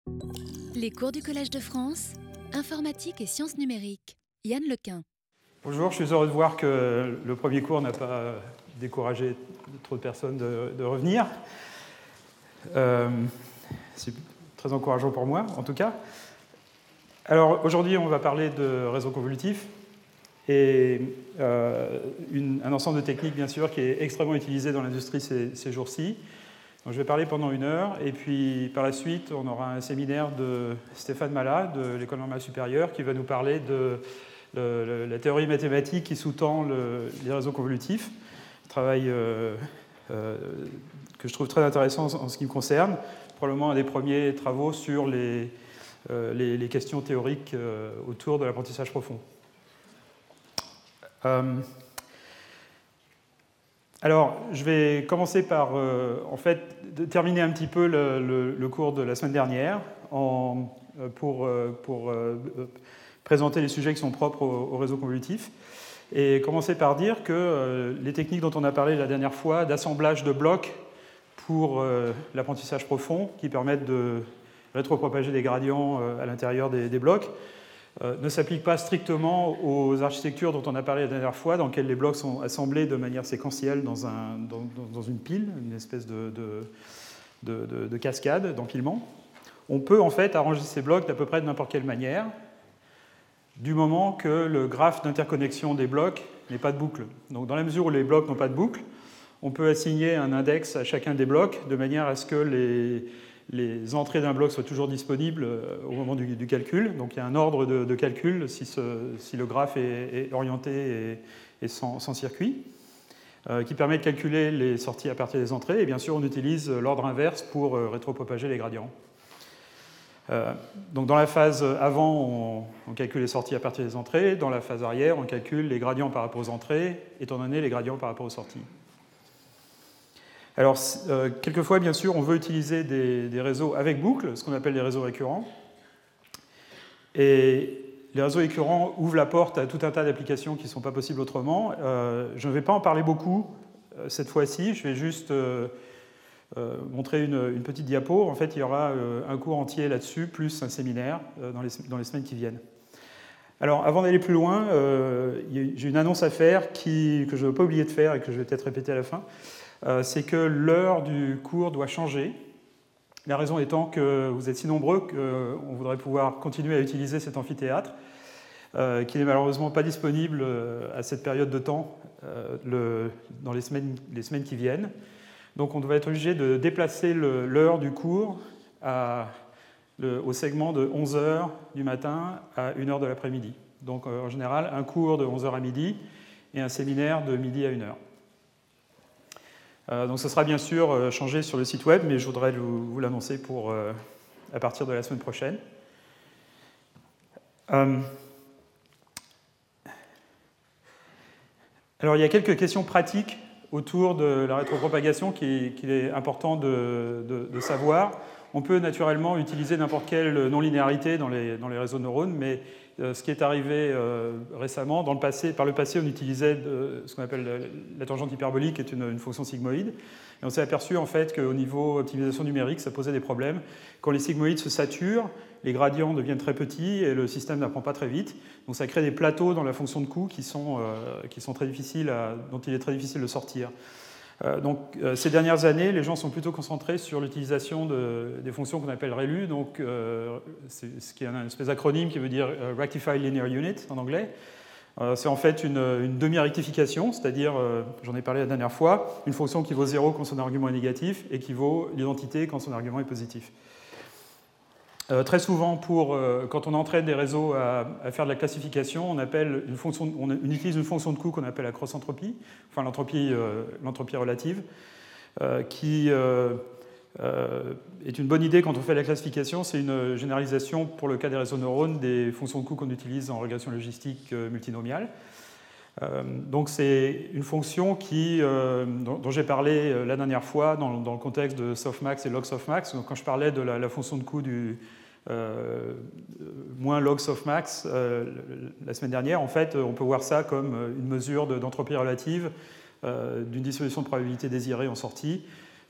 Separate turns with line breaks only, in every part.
Les cours du Collège de France, informatique et sciences numériques. Yann Lequin.
Bonjour, je suis heureux de voir que le premier cours n'a pas découragé trop de personnes de revenir. C'est très encourageant pour moi, en tout cas. Alors, aujourd'hui, on va parler de réseaux convolutifs et un ensemble de techniques, bien sûr, qui est extrêmement utilisé dans l'industrie ces jours-ci. Donc, je vais parler pendant 1 heure, et puis par la suite, on aura un séminaire de Stéphane Mallat, de l'École normale supérieure, qui va nous parler de la théorie mathématique qui sous-tend les réseaux convolutifs. Un travail que je trouve très intéressant en ce qui me concerne. Probablement un des premiers travaux sur les questions théoriques autour de l'apprentissage profond. Alors, je vais commencer par terminer un petit peu le cours de la semaine dernière pour présenter les sujets qui sont propres au réseau convolutif et commencer par dire que les techniques dont on a parlé la dernière fois d'assemblage de blocs pour l'apprentissage profond qui permettent de rétropropager des gradients à l'intérieur des blocs ne s'appliquent pas strictement aux architectures dont on a parlé la dernière fois, dans lesquelles les blocs sont assemblés de manière séquentielle dans une pile, une espèce de cascade, d'empilement. On peut en fait arranger ces blocs d'à peu près de n'importe quelle manière, du moment que le graphe d'interconnexion des blocs n'est pas de boucle. Donc dans la mesure où les blocs n'ont pas de boucle, on peut assigner un index à chacun des blocs de manière à ce que les entrées d'un bloc soient toujours disponibles au moment du calcul. Donc il y a un ordre de calcul si le graphe est orienté et sans circuit, qui permet de calculer les sorties à partir des entrées. Et bien sûr, on utilise l'ordre inverse pour rétropropager les gradients. Donc dans la phase avant, on calcule les sorties à partir des entrées. Dans la phase arrière, on calcule les gradients par rapport aux entrées, étant donné les gradients par rapport aux sorties. Alors, quelquefois, bien sûr, on veut utiliser des réseaux avec boucle, ce qu'on appelle les réseaux récurrents. Et les réseaux récurrents ouvrent la porte à tout un tas d'applications qui ne sont pas possibles autrement. Je ne vais pas en parler beaucoup cette fois-ci, je vais juste montrer une petite diapo. En fait, il y aura un cours entier là-dessus, plus un séminaire dans les semaines qui viennent. Alors, avant d'aller plus loin, j'ai une annonce à faire que je ne veux pas oublier de faire et que je vais peut-être répéter à la fin. C'est que l'heure du cours doit changer. La raison étant que vous êtes si nombreux qu'on voudrait pouvoir continuer à utiliser cet amphithéâtre, qui n'est malheureusement pas disponible à cette période de temps dans les semaines qui viennent. Donc on va être obligé de déplacer l'heure du cours au segment de 11h du matin à 1h de l'après-midi. Donc en général, un cours de 11h à midi et un séminaire de midi à 1h. Donc ce sera bien sûr changé sur le site web, mais je voudrais vous l'annoncer à partir de la semaine prochaine. Alors il y a quelques questions pratiques autour de la rétropropagation qu'il est important de savoir. On peut naturellement utiliser n'importe quelle non-linéarité dans les réseaux de neurones, mais ce qui est arrivé récemment, par le passé, on utilisait ce qu'on appelle la tangente hyperbolique, qui est une fonction sigmoïde. Et on s'est aperçu en fait qu'au niveau optimisation numérique, ça posait des problèmes. Quand les sigmoïdes se saturent, les gradients deviennent très petits et le système n'apprend pas très vite. Donc ça crée des plateaux dans la fonction de coût qui sont très difficiles dont il est très difficile de sortir. Donc, ces dernières années, les gens sont plutôt concentrés sur l'utilisation des fonctions qu'on appelle ReLU, donc, ce qui est une espèce d'acronyme qui veut dire Rectified Linear Unit en anglais. C'est en fait une demi-rectification, c'est-à-dire, j'en ai parlé la dernière fois, une fonction qui vaut 0 quand son argument est négatif et qui vaut l'identité quand son argument est positif. Très souvent, quand on entraîne des réseaux à faire de la classification, on utilise une fonction de coût qu'on appelle la cross-entropie, enfin l'entropie relative, qui est une bonne idée quand on fait de la classification. C'est une généralisation, pour le cas des réseaux neurones, des fonctions de coût qu'on utilise en régression logistique multinomiale. Donc c'est une fonction dont j'ai parlé la dernière fois dans le contexte de softmax et log softmax. Donc quand je parlais de la fonction de coût du moins log softmax la semaine dernière, en fait, on peut voir ça comme une mesure d'entropie relative d'une distribution de probabilité désirée en sortie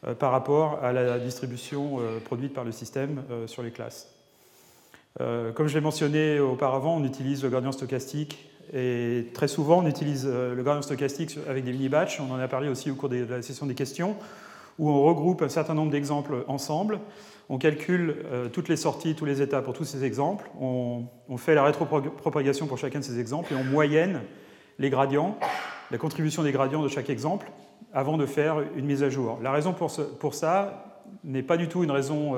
par rapport à la distribution produite par le système sur les classes. Comme je l'ai mentionné auparavant, on utilise le gradient stochastique et très souvent on utilise le gradient stochastique avec des mini-batchs. On en a parlé aussi au cours de la session des questions, où on regroupe un certain nombre d'exemples ensemble. On calcule toutes les sorties, tous les états pour tous ces exemples. On fait la rétropropagation pour chacun de ces exemples et on moyenne les gradients, la contribution des gradients de chaque exemple avant de faire une mise à jour. La raison pour ça n'est pas du tout une raison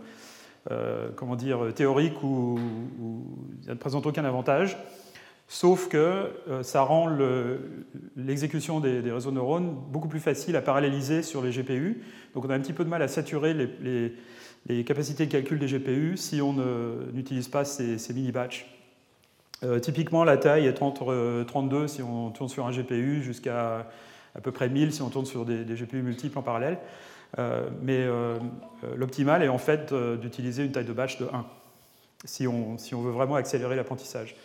théorique ou ne présente aucun avantage, sauf que ça rend l'exécution des réseaux de neurones beaucoup plus facile à paralléliser sur les GPU. Donc on a un petit peu de mal à saturer les capacités de calcul des GPU si on n'utilise pas ces mini-batchs. Typiquement, la taille est entre 32 si on tourne sur un GPU jusqu'à à peu près 1000 si on tourne sur des GPU multiples en parallèle. Mais l'optimal est en fait d'utiliser une taille de batch de 1 si on veut vraiment accélérer l'apprentissage,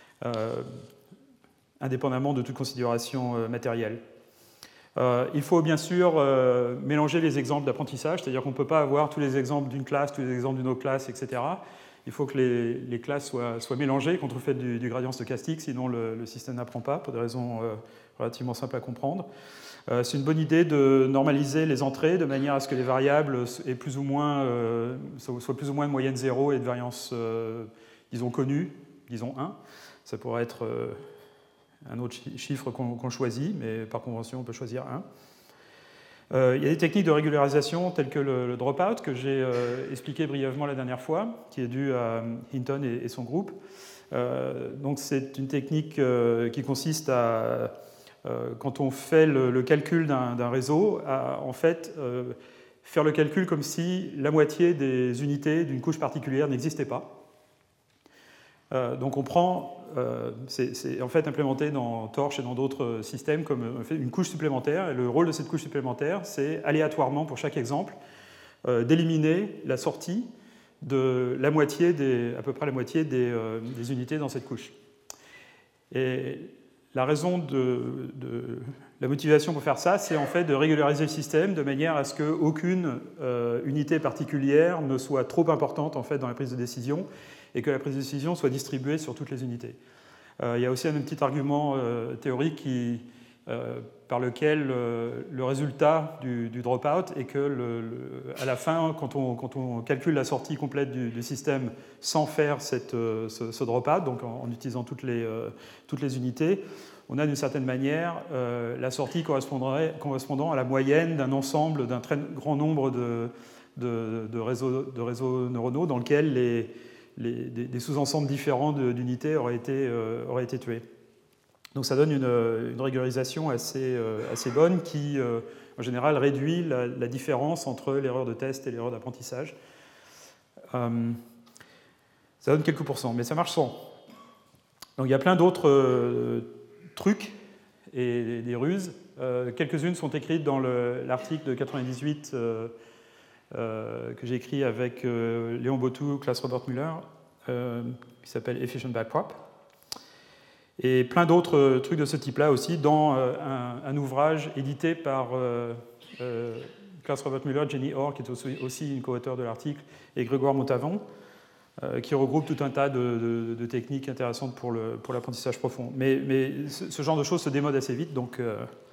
indépendamment de toute considération matérielle. Il faut bien sûr mélanger les exemples d'apprentissage, c'est-à-dire qu'on ne peut pas avoir tous les exemples d'une classe, tous les exemples d'une autre classe, etc. Il faut que les classes soient mélangées contre le fait du gradient stochastique, sinon le système n'apprend pas, pour des raisons relativement simples à comprendre. C'est une bonne idée de normaliser les entrées de manière à ce que les variables soient plus ou moins de moyenne 0 et de variance, disons, connue, disons 1. Ça pourrait être un autre chiffre qu'on choisit, mais par convention, on peut choisir 1. Il y a des techniques de régularisation telles que le dropout, que j'ai expliqué brièvement la dernière fois, qui est dû à Hinton et son groupe. Donc c'est une technique qui consiste à, quand on fait le calcul d'un réseau, à en fait faire le calcul comme si la moitié des unités d'une couche particulière n'existait pas. Donc on prend, c'est en fait implémenté dans Torch et dans d'autres systèmes comme une couche supplémentaire, et le rôle de cette couche supplémentaire, c'est aléatoirement pour chaque exemple d'éliminer la sortie de à peu près la moitié des unités dans cette couche. Et la raison la motivation pour faire ça, c'est en fait de régulariser le système de manière à ce qu'aucune unité particulière ne soit trop importante en fait dans la prise de décision et que la prise de décision soit distribuée sur toutes les unités. Il y a aussi un petit argument théorique par lequel le résultat du dropout est que à la fin, quand on calcule la sortie complète du système sans faire ce dropout, donc en utilisant toutes les unités, on a d'une certaine manière la sortie correspondant à la moyenne d'un ensemble, d'un très grand nombre de réseaux neuronaux dans lequel des sous-ensembles différents d'unités auraient été tués. Donc ça donne une régularisation assez bonne qui, en général, réduit la différence entre l'erreur de test et l'erreur d'apprentissage. Ça donne quelques pourcents, mais ça marche sans. Donc il y a plein d'autres trucs et des ruses. Quelques-unes sont écrites dans l'article de 98 que j'ai écrit avec Léon Bautou, Klaas Robert Müller, qui s'appelle Efficient Backprop. Et plein d'autres trucs de ce type-là aussi dans un ouvrage édité par Klaas Robert Müller, Jenny Orr, qui est aussi une co-auteure de l'article, et Grégoire Montavon, qui regroupe tout un tas de techniques intéressantes pour l'apprentissage profond. Mais ce genre de choses se démode assez vite, donc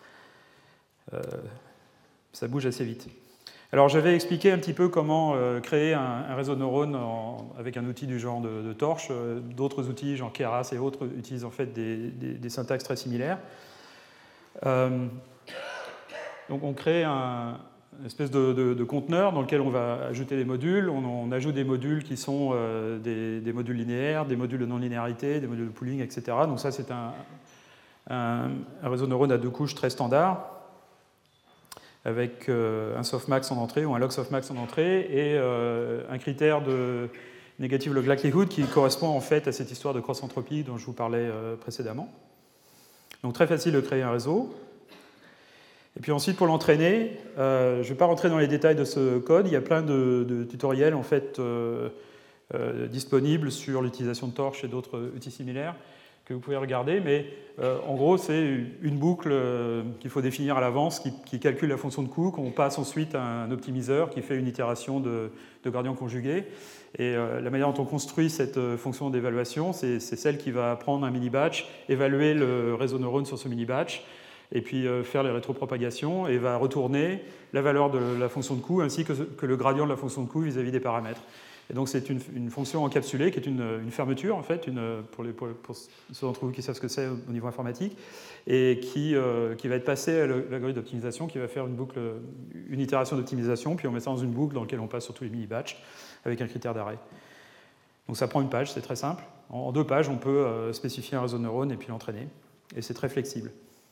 ça bouge assez vite. Alors j'avais expliqué un petit peu comment créer un réseau de neurones avec un outil du genre de Torch. D'autres outils, genre Keras et autres, utilisent en fait des syntaxes très similaires. Donc on crée une espèce de conteneur dans lequel on va ajouter des modules. On ajoute des modules qui sont des modules linéaires, des modules de non-linéarité, des modules de pooling, etc. Donc ça, c'est un réseau de neurones à 2 couches très standard, avec un softmax en entrée ou un log softmax en entrée et un critère de negative log likelihood qui correspond en fait à cette histoire de cross-entropie dont je vous parlais précédemment. Donc très facile de créer un réseau. Et puis ensuite, pour l'entraîner, je ne vais pas rentrer dans les détails de ce code. Il y a plein de tutoriels en fait disponibles sur l'utilisation de Torch et d'autres outils similaires que vous pouvez regarder, mais en gros, c'est une boucle qu'il faut définir à l'avance qui calcule la fonction de Cook. On passe ensuite à un optimiseur qui fait une itération de gradient conjugué. Et la manière dont on construit cette fonction d'évaluation, c'est celle qui va prendre un mini-batch, évaluer le réseau neurone sur ce mini-batch, et puis faire les rétropropagations, et va retourner la valeur de la fonction de coût ainsi que le gradient de la fonction de coût vis-à-vis des paramètres. Et donc c'est une fonction encapsulée qui est une fermeture, en fait, pour ceux d'entre vous qui savent ce que c'est au niveau informatique, et qui va être passée à l'algorithme d'optimisation, qui va faire une itération d'optimisation, puis on met ça dans une boucle dans laquelle on passe sur tous les mini-batchs, avec un critère d'arrêt. Donc ça prend une page, c'est très simple. En 2 pages, on peut spécifier un réseau de neurones et puis l'entraîner. Et c'est très flexible.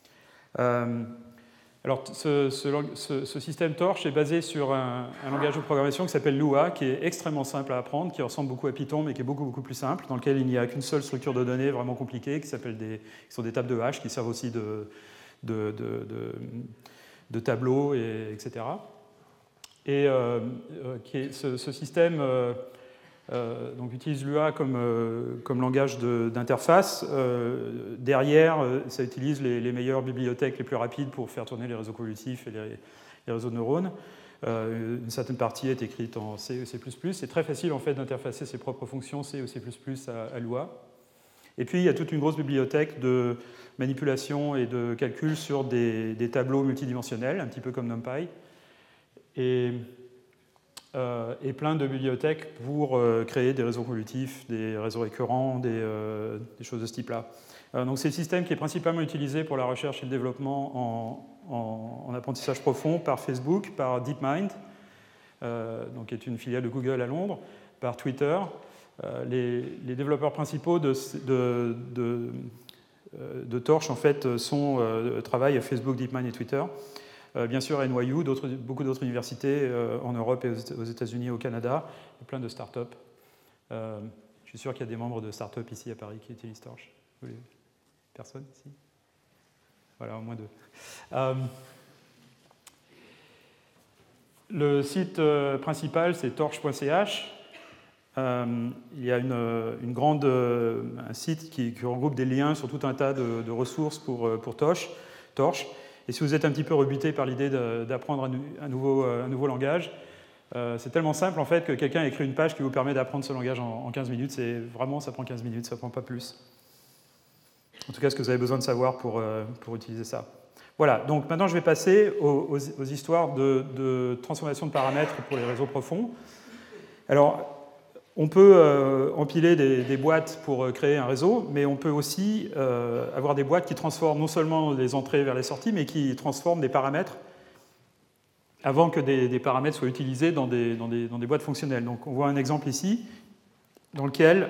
Alors, ce système Torch est basé sur un langage de programmation qui s'appelle Lua, qui est extrêmement simple à apprendre, qui ressemble beaucoup à Python, mais qui est beaucoup plus simple, dans lequel il n'y a qu'une seule structure de données vraiment compliquée, qui sont des tables de hash, qui servent aussi de tableaux, etc. Et ce système donc utilise Lua comme langage d'interface. Derrière, ça utilise les meilleures bibliothèques les plus rapides pour faire tourner les réseaux convolutifs et les réseaux de neurones. Une certaine partie est écrite en C et C++. C'est très facile en fait d'interfacer ses propres fonctions C ou C++ à Lua. Et puis il y a toute une grosse bibliothèque de manipulation et de calcul sur des tableaux multidimensionnels, un petit peu comme NumPy. Et plein de bibliothèques pour créer des réseaux convolutifs, des réseaux récurrents, des choses de ce type-là. Donc c'est le système qui est principalement utilisé pour la recherche et le développement en apprentissage profond par Facebook, par DeepMind, donc qui est une filiale de Google à Londres, par Twitter. Les développeurs principaux de Torch en fait travaillent à Facebook, DeepMind et Twitter. Bien sûr, NYU, beaucoup d'autres universités en Europe et aux États-Unis et au Canada, et plein de startups. Je suis sûr qu'il y a des membres de startups ici à Paris qui utilisent Torch. Personne ici? Voilà, au moins 2. Le site principal, c'est torch.ch. Il y a un site qui regroupe des liens sur tout un tas de ressources pour Torch. Et si vous êtes un petit peu rebuté par l'idée d'apprendre un nouveau langage, c'est tellement simple en fait que quelqu'un a écrit une page qui vous permet d'apprendre ce langage en 15 minutes. Ça prend 15 minutes, ça ne prend pas plus. En tout cas, ce que vous avez besoin de savoir pour utiliser ça. Voilà, donc maintenant je vais passer aux histoires de transformation de paramètres pour les réseaux profonds. Alors, on peut empiler des boîtes pour créer un réseau, mais on peut aussi avoir des boîtes qui transforment non seulement les entrées vers les sorties, mais qui transforment des paramètres avant que des paramètres soient utilisés dans des boîtes fonctionnelles. Donc on voit un exemple ici, dans lequel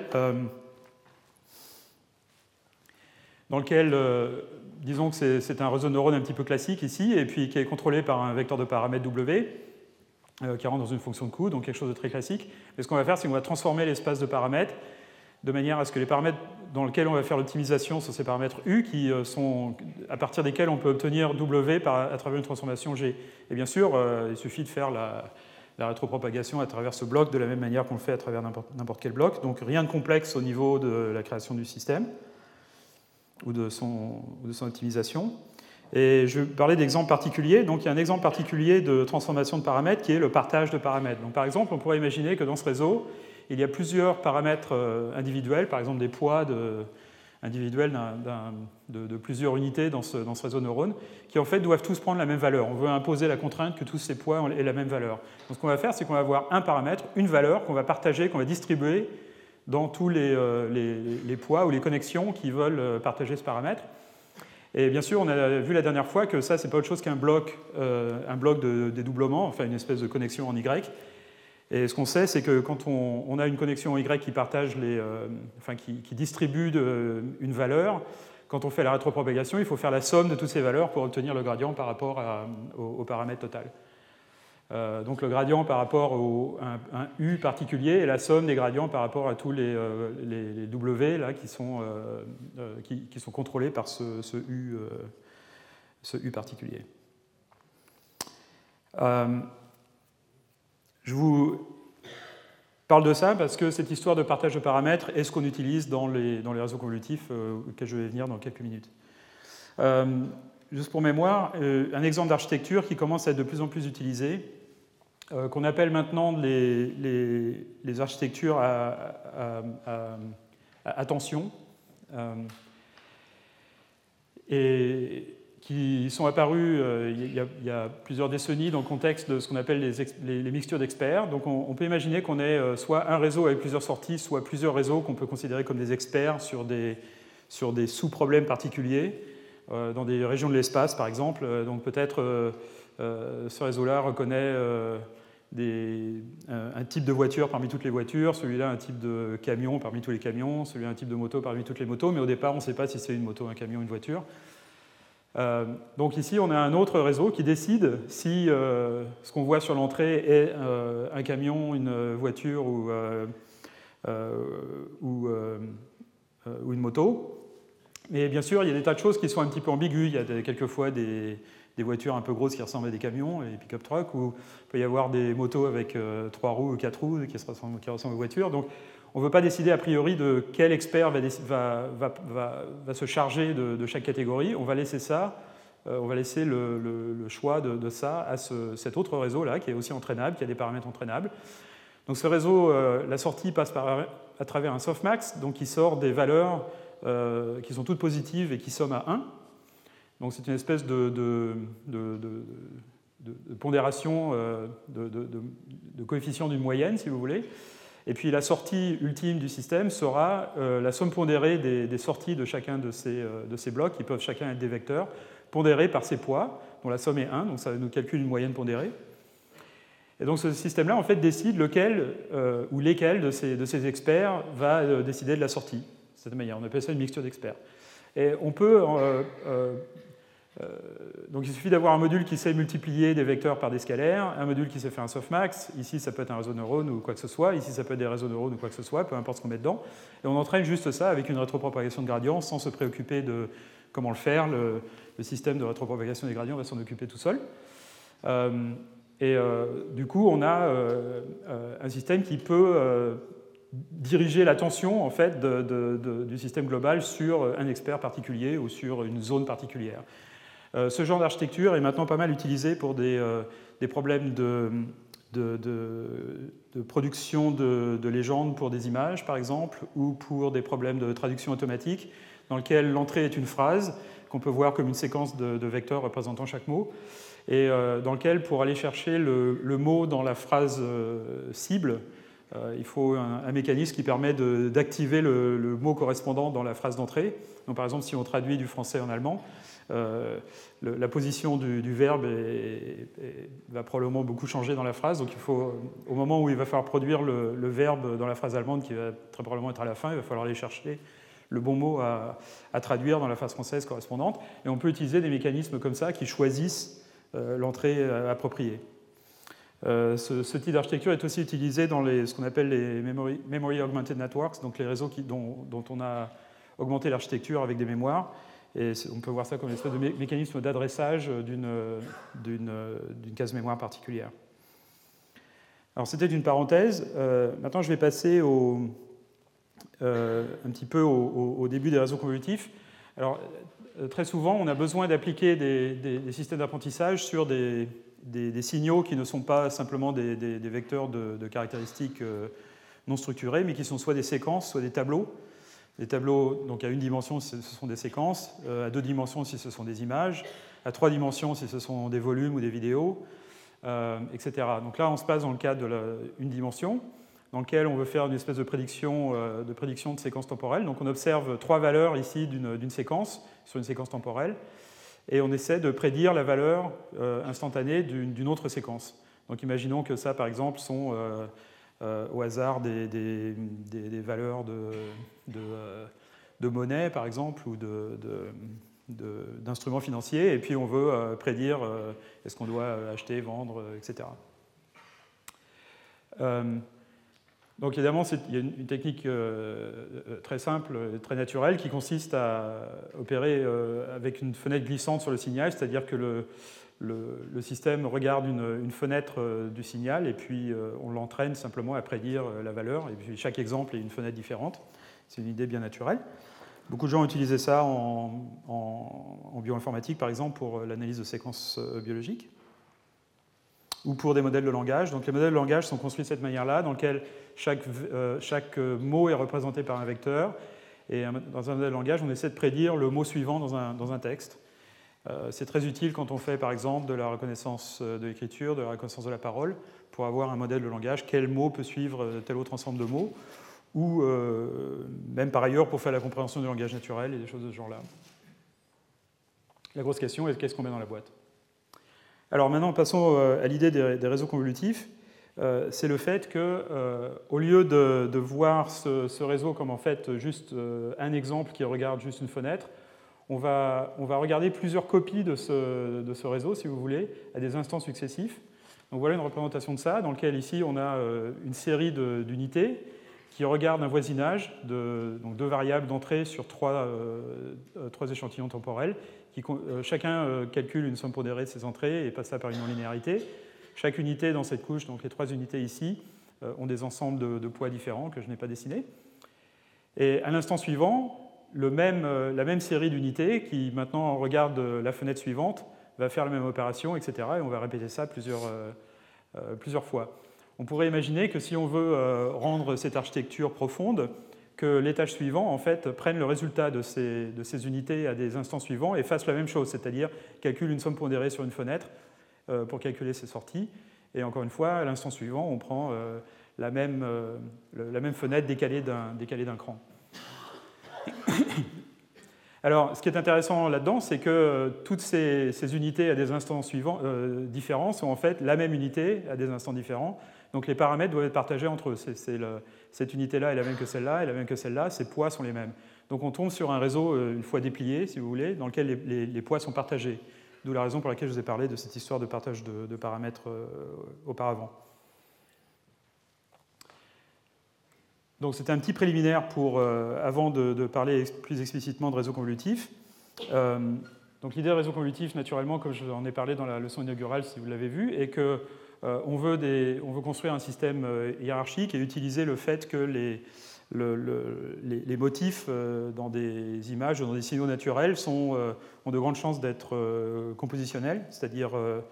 disons que c'est un réseau de neurones un petit peu classique ici, et puis qui est contrôlé par un vecteur de paramètres W, qui rentre dans une fonction de coût, donc quelque chose de très classique. Et ce qu'on va faire, c'est qu'on va transformer l'espace de paramètres de manière à ce que les paramètres dans lesquels on va faire l'optimisation sont ces paramètres U, à partir desquels on peut obtenir W à travers une transformation G. Et bien sûr, il suffit de faire la rétropropagation à travers ce bloc de la même manière qu'on le fait à travers n'importe quel bloc. Donc rien de complexe au niveau de la création du système ou de son optimisation. Et je vais parler d'exemples particuliers. Donc, il y a un exemple particulier de transformation de paramètres qui est le partage de paramètres. Donc, par exemple, on pourrait imaginer que dans ce réseau, il y a plusieurs paramètres individuels, par exemple des poids individuels de plusieurs unités dans ce réseau de neurones, qui en fait doivent tous prendre la même valeur. On veut imposer la contrainte que tous ces poids aient la même valeur. Donc, ce qu'on va faire, c'est qu'on va avoir un paramètre, une valeur qu'on va partager, qu'on va distribuer dans tous les poids ou les connexions qui veulent partager ce paramètre. Et bien sûr, on a vu la dernière fois que ça, ce n'est pas autre chose qu'un bloc de dédoublement, enfin une espèce de connexion en Y. Et ce qu'on sait, c'est que quand on a une connexion en Y qui partage qui distribue une valeur, quand on fait la rétropropagation, il faut faire la somme de toutes ces valeurs pour obtenir le gradient par rapport au paramètre total. Donc le gradient par rapport à un U particulier et la somme des gradients par rapport à tous les W là, qui sont contrôlés par ce U particulier. Je vous parle de ça parce que cette histoire de partage de paramètres est ce qu'on utilise dans les réseaux convolutifs, auxquels je vais venir dans quelques minutes. Juste pour mémoire, un exemple d'architecture qui commence à être de plus en plus utilisé, qu'on appelle maintenant les architectures à tension, et qui sont apparus il y a plusieurs décennies dans le contexte de ce qu'on appelle les mixtures d'experts. Donc on peut imaginer qu'on ait soit un réseau avec plusieurs sorties, soit plusieurs réseaux qu'on peut considérer comme des experts sur des sous-problèmes particuliers, dans des régions de l'espace par exemple. Donc peut-être ce réseau-là reconnaît un type de voiture parmi toutes les voitures, celui-là un type de camion parmi tous les camions, celui-là un type de moto parmi toutes les motos, mais au départ on ne sait pas si c'est une moto, un camion, une voiture. Donc ici, on a un autre réseau qui décide si ce qu'on voit sur l'entrée est un camion, une voiture ou une moto. Mais bien sûr, il y a des tas de choses qui sont un petit peu ambiguës. Il y a quelquefois des voitures un peu grosses qui ressemblent à des camions, des pick-up trucks, ou il peut y avoir des motos avec 3 roues ou 4 roues qui ressemblent aux voitures. Donc, on ne veut pas décider a priori de quel expert va se charger de chaque catégorie. On va laisser ça, on va laisser le choix de ça à cet autre réseau-là, qui est aussi entraînable, qui a des paramètres entraînables. Donc ce réseau, la sortie passe à travers un softmax, donc qui sort des valeurs qui sont toutes positives et qui somment à 1. Donc c'est une espèce de pondération, de coefficient d'une moyenne, si vous voulez. Et puis la sortie ultime du système sera la somme pondérée des sorties de chacun de ces blocs, qui peuvent chacun être des vecteurs, pondérés par ces poids, dont la somme est 1, donc ça nous calcule une moyenne pondérée. Et donc ce système-là, en fait, décide lequel ou lesquels de ces experts va décider de la sortie. De cette manière, on appelle ça une mixture d'experts. Et on peut... donc il suffit d'avoir un module qui sait multiplier des vecteurs par des scalaires, un module qui sait faire un softmax, ici ça peut être un réseau de neurones ou quoi que ce soit, ici ça peut être des réseaux de neurones ou quoi que ce soit, peu importe ce qu'on met dedans, et on entraîne juste ça avec une rétropropagation de gradient sans se préoccuper de comment le faire, le système de rétropropagation des gradients va s'en occuper tout seul. Du coup on a un système qui peut diriger l'attention en fait, du système global sur un expert particulier ou sur une zone particulière. Ce genre d'architecture est maintenant pas mal utilisé pour des problèmes de production de légendes pour des images, par exemple, ou pour des problèmes de traduction automatique, dans lequel l'entrée est une phrase qu'on peut voir comme une séquence de vecteurs représentant chaque mot, et dans lequel, pour aller chercher le mot dans la phrase cible, il faut un mécanisme qui permet d'activer le mot correspondant dans la phrase d'entrée. Donc, par exemple, si on traduit du français en allemand, la position du verbe va probablement beaucoup changer dans la phrase. Donc il faut, au moment où il va falloir produire le verbe dans la phrase allemande, qui va très probablement être à la fin, il va falloir aller chercher le bon mot à traduire dans la phrase française correspondante. Et on peut utiliser des mécanismes comme ça qui choisissent l'entrée appropriée. Ce type d'architecture est aussi utilisé dans ce qu'on appelle les Memory Augmented Networks, donc les réseaux dont on a augmenté l'architecture avec des mémoires. Et on peut voir ça comme une espèce de mécanisme d'adressage d'une case mémoire particulière. Alors c'était une parenthèse. Maintenant je vais passer un petit peu au début des réseaux convolutifs. Alors très souvent on a besoin d'appliquer des systèmes d'apprentissage sur des signaux qui ne sont pas simplement des vecteurs de caractéristiques non structurés, mais qui sont soit des séquences, soit des tableaux. Les tableaux, donc à une dimension, ce sont des séquences, à 2 dimensions, si ce sont des images, à 3 dimensions, si ce sont des volumes ou des vidéos, etc. Donc là, on se passe dans le cadre d'une dimension, dans lequel on veut faire une espèce de prédiction de séquence temporelle. Donc on observe 3 valeurs ici d'une séquence, sur une séquence temporelle, et on essaie de prédire la valeur instantanée d'une autre séquence. Donc imaginons que ça, par exemple, sont au hasard des valeurs de monnaie, par exemple, ou d'instruments financiers, et puis on veut prédire est-ce qu'on doit acheter, vendre, etc. Donc évidemment, il y a une technique très simple, très naturelle, qui consiste à opérer avec une fenêtre glissante sur le signal, c'est-à-dire que le système regarde une fenêtre du signal et puis on l'entraîne simplement à prédire la valeur. Et puis chaque exemple est une fenêtre différente. C'est une idée bien naturelle. Beaucoup de gens ont utilisé ça en bioinformatique, par exemple, pour l'analyse de séquences biologiques ou pour des modèles de langage. Donc les modèles de langage sont construits de cette manière-là, dans lequel chaque mot est représenté par un vecteur. Et dans un modèle de langage, on essaie de prédire le mot suivant dans un texte. C'est très utile quand on fait, par exemple, de la reconnaissance de l'écriture, de la reconnaissance de la parole, pour avoir un modèle de langage, quel mot peut suivre tel autre ensemble de mots, ou même par ailleurs pour faire la compréhension du langage naturel et des choses de ce genre-là. La grosse question est qu'est-ce qu'on met dans la boîte? Alors maintenant, passons à l'idée des réseaux convolutifs. C'est le fait qu'au lieu de voir ce réseau comme en fait juste un exemple qui regarde juste une fenêtre, on va regarder plusieurs copies de ce réseau, si vous voulez, à des instants successifs. Donc voilà une représentation de ça, dans lequel ici on a une série d'unités qui regardent un voisinage donc deux variables d'entrée sur trois échantillons temporels, qui chacun calcule une somme pondérée de ces entrées et passe ça par une non-linéarité. Chaque unité dans cette couche, donc les trois unités ici, ont des ensembles de poids différents que je n'ai pas dessinés. Et à l'instant suivant, la même série d'unités qui maintenant regarde la fenêtre suivante va faire la même opération, etc. Et on va répéter ça plusieurs fois. On pourrait imaginer que si on veut rendre cette architecture profonde, que l'étage suivant en fait, prenne le résultat de ces unités à des instants suivants et fasse la même chose, c'est-à-dire calcule une somme pondérée sur une fenêtre pour calculer ses sorties. Et encore une fois, à l'instant suivant, on prend la même fenêtre décalée d'un cran. Alors, ce qui est intéressant là-dedans, c'est que toutes ces unités à des instants différents sont en fait la même unité à des instants différents. Donc les paramètres doivent être partagés entre eux. Cette unité-là est la même que celle-là, et la même que celle-là, ses poids sont les mêmes. Donc on tombe sur un réseau, une fois déplié, si vous voulez, dans lequel les poids sont partagés. D'où la raison pour laquelle je vous ai parlé de cette histoire de partage de paramètres auparavant. Donc c'était un petit préliminaire avant de parler plus explicitement de réseaux convolutifs. Donc l'idée de réseau convolutif, naturellement, comme je vous en ai parlé dans la leçon inaugurale, si vous l'avez vu, est qu'on veut construire un système hiérarchique et utiliser le fait que les motifs dans des images, dans des signaux naturels, ont de grandes chances d'être compositionnels, c'est-à-dire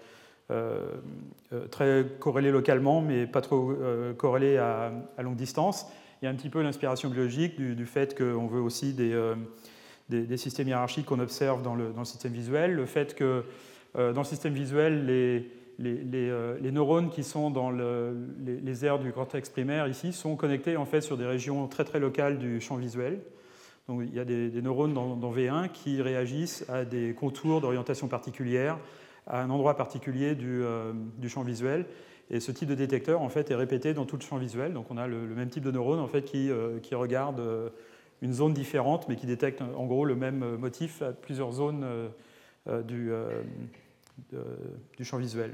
très corrélés localement, mais pas trop corrélés à longue distance. Il y a un petit peu l'inspiration biologique du fait qu'on veut aussi des systèmes hiérarchiques qu'on observe dans le système visuel. Le fait que dans le système visuel, les neurones qui sont dans les aires du cortex primaire ici sont connectés en fait sur des régions très très locales du champ visuel. Donc il y a des neurones dans V1 qui réagissent à des contours d'orientation particulière, à un endroit particulier du champ visuel. Et ce type de détecteur en fait, est répété dans tout le champ visuel. Donc on a le même type de neurone en fait, qui regarde une zone différente, mais qui détecte en gros le même motif à plusieurs zones du champ visuel.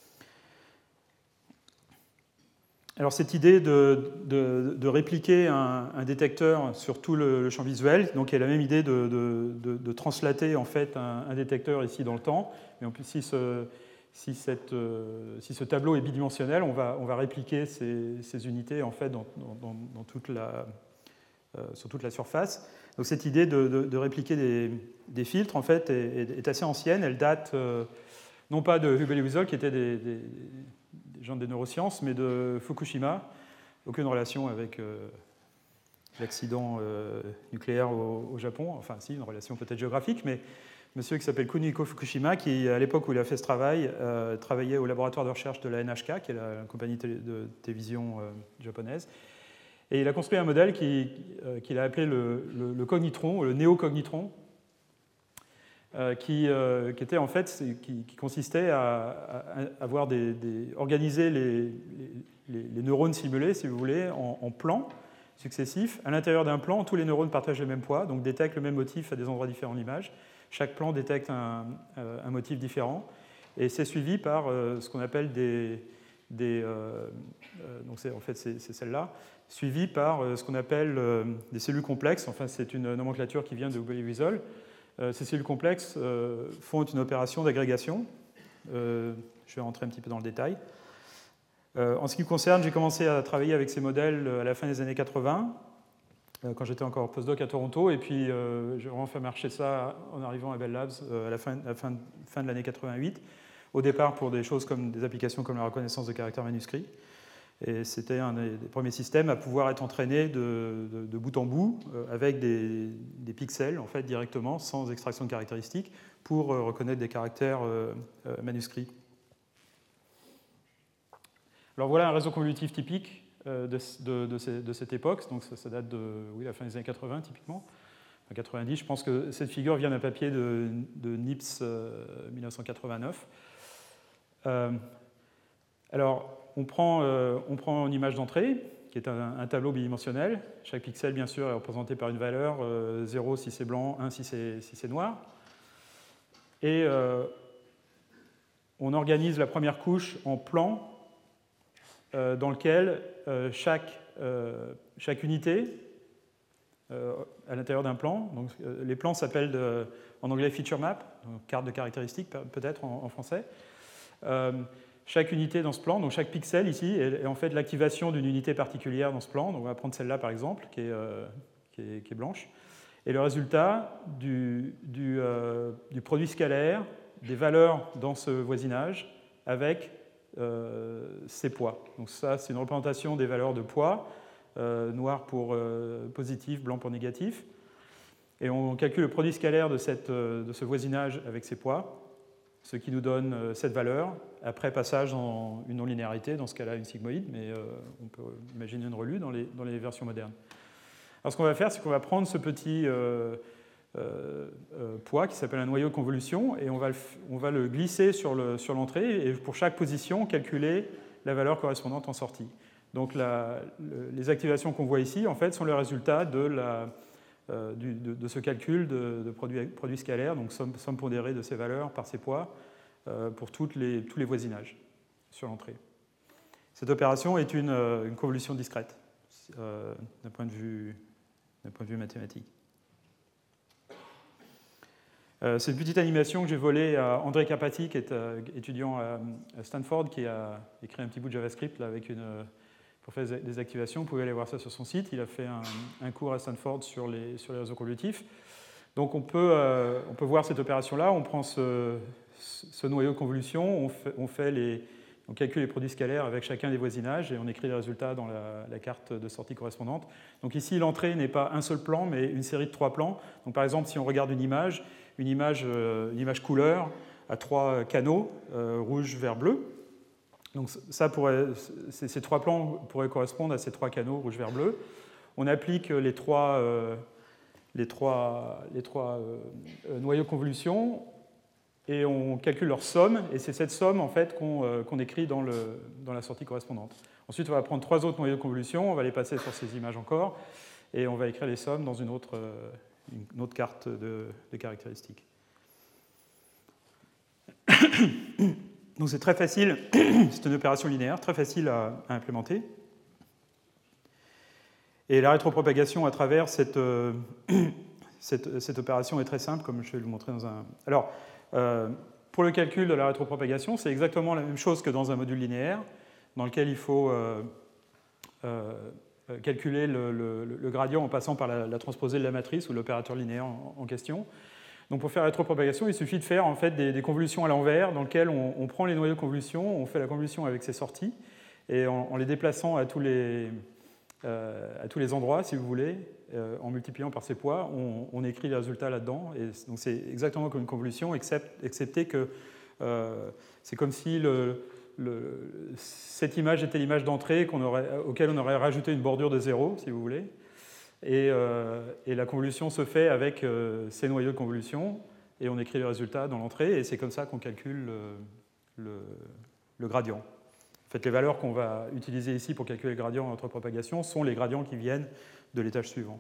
Alors cette idée de répliquer un détecteur sur tout le champ visuel, donc il y a la même idée de translater en fait un détecteur ici dans le temps. Mais en plus, si ce tableau est bidimensionnel, on va répliquer ces unités en fait sur toute la surface. Donc cette idée de répliquer des filtres en fait est assez ancienne. Elle date non pas de Hubel et Wiesel qui étaient des gens des neurosciences, mais de Fukushima. Aucune relation avec l'accident nucléaire au Japon. Enfin, si, une relation peut-être géographique, mais monsieur qui s'appelle Kunihiko Fukushima, qui, à l'époque où il a fait ce travail, travaillait au laboratoire de recherche de la NHK, qui est la compagnie de télévision japonaise. Et il a construit un modèle qu'il a appelé le cognitron, ou le néocognitron, qui était en fait, qui consistait à organiser les neurones simulés, si vous voulez, en plans successifs. À l'intérieur d'un plan, tous les neurones partagent le même poids, donc détectent le même motif à des endroits différents de l'image. Chaque plan détecte un motif différent, et c'est suivi par ce qu'on appelle donc en fait c'est celle-là, suivi par ce qu'on appelle des cellules complexes. Enfin, c'est une nomenclature qui vient de Hubel et Wiesel. Ces cellules complexes font une opération d'agrégation Je vais rentrer un petit peu dans le détail. En ce qui me concerne, j'ai commencé à travailler avec ces modèles à la fin des années 80, quand j'étais encore postdoc à Toronto, et puis j'ai vraiment fait marcher ça en arrivant à Bell Labs à la fin de l'année 88, au départ pour des choses comme des applications comme la reconnaissance de caractères manuscrits. Et c'était un des premiers systèmes à pouvoir être entraîné de bout en bout avec des pixels en fait, directement, sans extraction de caractéristiques, pour reconnaître des caractères manuscrits. Alors voilà un réseau convolutif typique de cette époque, donc ça date de la fin des années 80 typiquement, en 90. Je pense que cette figure vient d'un papier de Nips 1989. Alors on prend une image d'entrée qui est un tableau bidimensionnel. Chaque pixel bien sûr est représenté par une valeur, 0 si c'est blanc, 1 si c'est noir. Et on organise la première couche en plan dans lequel chaque unité à l'intérieur d'un plan, donc, les plans s'appellent en anglais feature map, donc carte de caractéristiques peut-être en français. Chaque unité dans ce plan, donc chaque pixel ici, est en fait l'activation d'une unité particulière dans ce plan. Donc on va prendre celle-là par exemple, qui est blanche. Et le résultat du produit scalaire des valeurs dans ce voisinage avec ces poids. Donc ça, c'est une représentation des valeurs de poids, noir pour positif, blanc pour négatif. Et on calcule le produit scalaire de ce voisinage avec ces poids, ce qui nous donne cette valeur, après passage dans une non-linéarité, dans ce cas-là une sigmoïde, mais on peut imaginer une relue dans les versions modernes. Alors ce qu'on va faire, c'est qu'on va prendre ce petit poids qui s'appelle un noyau de convolution et on va le glisser sur l'entrée et pour chaque position, calculer la valeur correspondante en sortie. Donc les activations qu'on voit ici, en fait, sont le résultat de ce calcul de produit scalaire, donc somme pondérée de ces valeurs par ces poids pour tous les voisinages sur l'entrée. Cette opération est une convolution discrète d'un point de vue mathématique. C'est une petite animation que j'ai volée à André Carpati, qui est étudiant à Stanford, qui a écrit un petit bout de JavaScript là, pour faire des activations. Vous pouvez aller voir ça sur son site. Il a fait un cours à Stanford sur les réseaux convolutifs. Donc on peut voir cette opération-là. On prend ce noyau de convolution, on calcule les produits scalaires avec chacun des voisinages et on écrit les résultats dans la carte de sortie correspondante. Donc ici, l'entrée n'est pas un seul plan, mais une série de 3 plans. Donc par exemple, si on regarde une image couleur à 3 canaux, rouge, vert, bleu. Donc ces 3 plans pourraient correspondre à ces 3 canaux, rouge, vert, bleu. On applique les trois noyaux de convolution et on calcule leur somme, et c'est cette somme en fait, qu'on écrit dans la sortie correspondante. Ensuite, on va prendre 3 autres noyaux de convolution, on va les passer sur ces images encore, et on va écrire les sommes dans une autre carte de caractéristiques. Donc c'est très facile, c'est une opération linéaire, très facile à implémenter. Et la rétropropagation à travers cette opération est très simple, comme je vais vous montrer dans un... Alors, pour le calcul de la rétropropagation, c'est exactement la même chose que dans un module linéaire, dans lequel il faut calculer le gradient en passant par la transposée de la matrice ou l'opérateur linéaire en question. Donc pour faire la rétropropagation, il suffit de faire en fait des convolutions à l'envers, dans lesquelles on prend les noyaux de convolution, on fait la convolution avec ses sorties, et en les déplaçant à tous les endroits, si vous voulez, en multipliant par ses poids, on écrit les résultats là-dedans. Et donc c'est exactement comme une convolution, excepté que c'est comme si cette image était l'image d'entrée auquel on aurait rajouté une bordure de 0, si vous voulez. Et la convolution se fait avec ces noyaux de convolution, et on écrit les résultats dans l'entrée, et c'est comme ça qu'on calcule le gradient. En fait, les valeurs qu'on va utiliser ici pour calculer le gradient en rétropropagation sont les gradients qui viennent de l'étage suivant.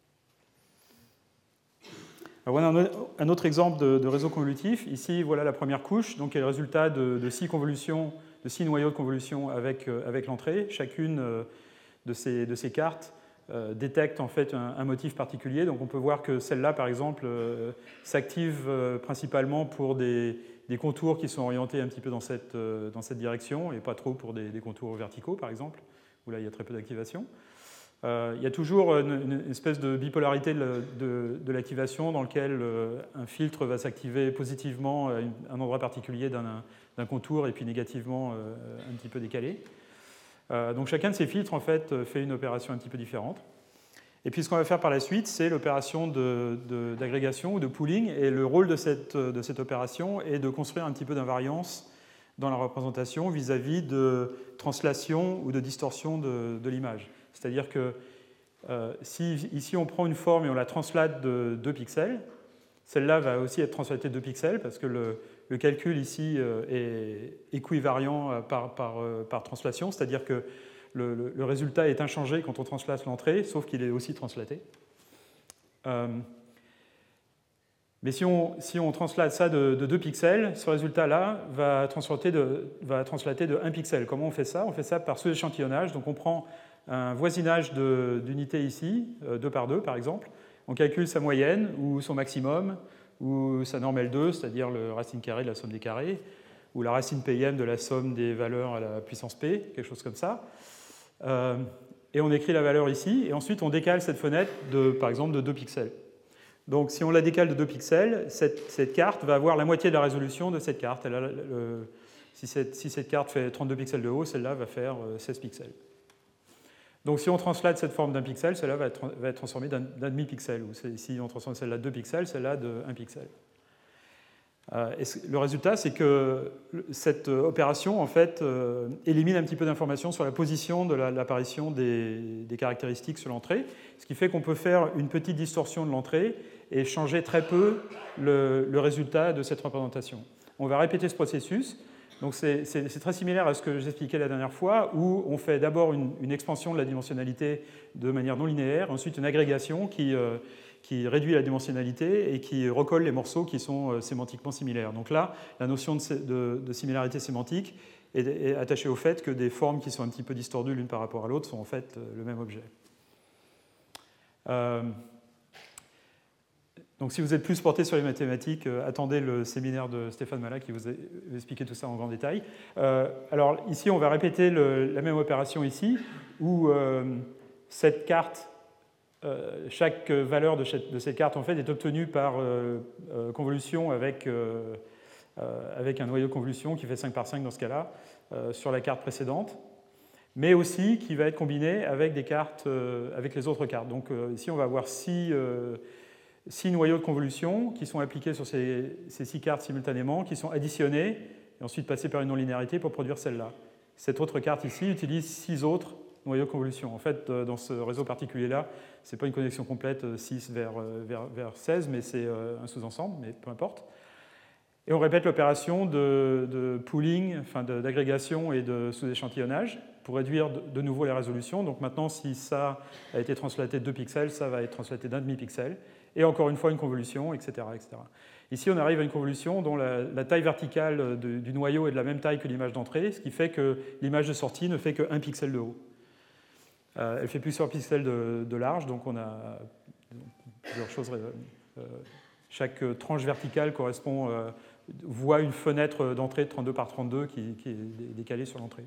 Alors voilà un autre exemple de réseau convolutif. Ici, voilà la première couche, donc qui est le résultat de 6 convolutions, de 6 noyaux de convolution avec l'entrée. Chacune de ces cartes détecte en fait un motif particulier. Donc on peut voir que celle-là, par exemple, s'active principalement pour des contours qui sont orientés un petit peu dans cette direction et pas trop pour des contours verticaux, par exemple, où là il y a très peu d'activation. Il y a toujours une espèce de bipolarité de l'activation dans lequel un filtre va s'activer positivement à un endroit particulier d'un contour et puis négativement un petit peu décalé. Donc chacun de ces filtres en fait, fait une opération un petit peu différente. Et puis ce qu'on va faire par la suite, c'est l'opération d'agrégation ou de pooling. Et le rôle de cette opération est de construire un petit peu d'invariance dans la représentation vis-à-vis de translation ou de distorsion de l'image. C'est-à-dire que si ici on prend une forme et on la translate de 2 pixels, celle-là va aussi être translatée de 2 pixels parce que le calcul ici est équivariant par translation, c'est-à-dire que le résultat est inchangé quand on translate l'entrée, sauf qu'il est aussi translaté. Mais si on translate ça de 2 pixels, ce résultat-là va translater de 1 pixel. Comment on fait ça? On fait ça par sous-échantillonnage. Donc on prend un voisinage d'unités ici, 2 par 2 par exemple. On calcule sa moyenne ou son maximum ou sa norme L2, c'est-à-dire le racine carrée de la somme des carrés, ou la racine PM de la somme des valeurs à la puissance P, quelque chose comme ça. Et on écrit la valeur ici, et ensuite on décale cette fenêtre, par exemple, de 2 pixels. Donc si on la décale de 2 pixels, cette carte va avoir la moitié de la résolution de cette carte. Si cette carte fait 32 pixels de haut, celle-là va faire 16 pixels. Donc si on translate cette forme d'un pixel, celle-là va être transformée d'un demi-pixel. Ou si on transforme celle-là de 2 pixels, celle-là de 1 pixel. Et le résultat, c'est que cette opération en fait, élimine un petit peu d'informations sur la position de l'apparition des caractéristiques sur l'entrée, ce qui fait qu'on peut faire une petite distorsion de l'entrée et changer très peu le résultat de cette représentation. On va répéter ce processus. Donc c'est très similaire à ce que j'expliquais la dernière fois, où on fait d'abord une expansion de la dimensionnalité de manière non linéaire, ensuite une agrégation qui réduit la dimensionnalité et qui recolle les morceaux qui sont sémantiquement similaires. Donc là, la notion de similarité sémantique est attachée au fait que des formes qui sont un petit peu distordues l'une par rapport à l'autre sont en fait le même objet. Donc si vous êtes plus porté sur les mathématiques, attendez le séminaire de Stéphane Mallat qui vous a expliqué tout ça en grand détail. Alors ici, on va répéter la même opération ici, où cette carte, chaque valeur de cette carte en fait, est obtenue par convolution avec un noyau de convolution qui fait 5 par 5 dans ce cas-là, sur la carte précédente, mais aussi qui va être combiné avec des cartes, avec les autres cartes. Donc ici, on va avoir 6 noyaux de convolution qui sont appliqués sur ces 6 cartes simultanément, qui sont additionnés et ensuite passés par une non-linéarité pour produire celle-là. Cette autre carte ici utilise 6 autres noyaux de convolution. En fait, dans ce réseau particulier-là, ce n'est pas une connexion complète 6 vers 16, mais c'est un sous-ensemble, mais peu importe. Et on répète l'opération de pooling, enfin d'agrégation et de sous-échantillonnage pour réduire de nouveau les résolutions. Donc maintenant, si ça a été translaté de 2 pixels, ça va être translaté d'un demi-pixel. Et encore une fois, une convolution, etc., etc. Ici, on arrive à une convolution dont la taille verticale du noyau est de la même taille que l'image d'entrée, ce qui fait que l'image de sortie ne fait que 1 pixel de haut. Elle fait plusieurs pixels de large, donc on a plusieurs choses. Chaque tranche verticale voit une fenêtre d'entrée de 32 par 32 qui est décalée sur l'entrée.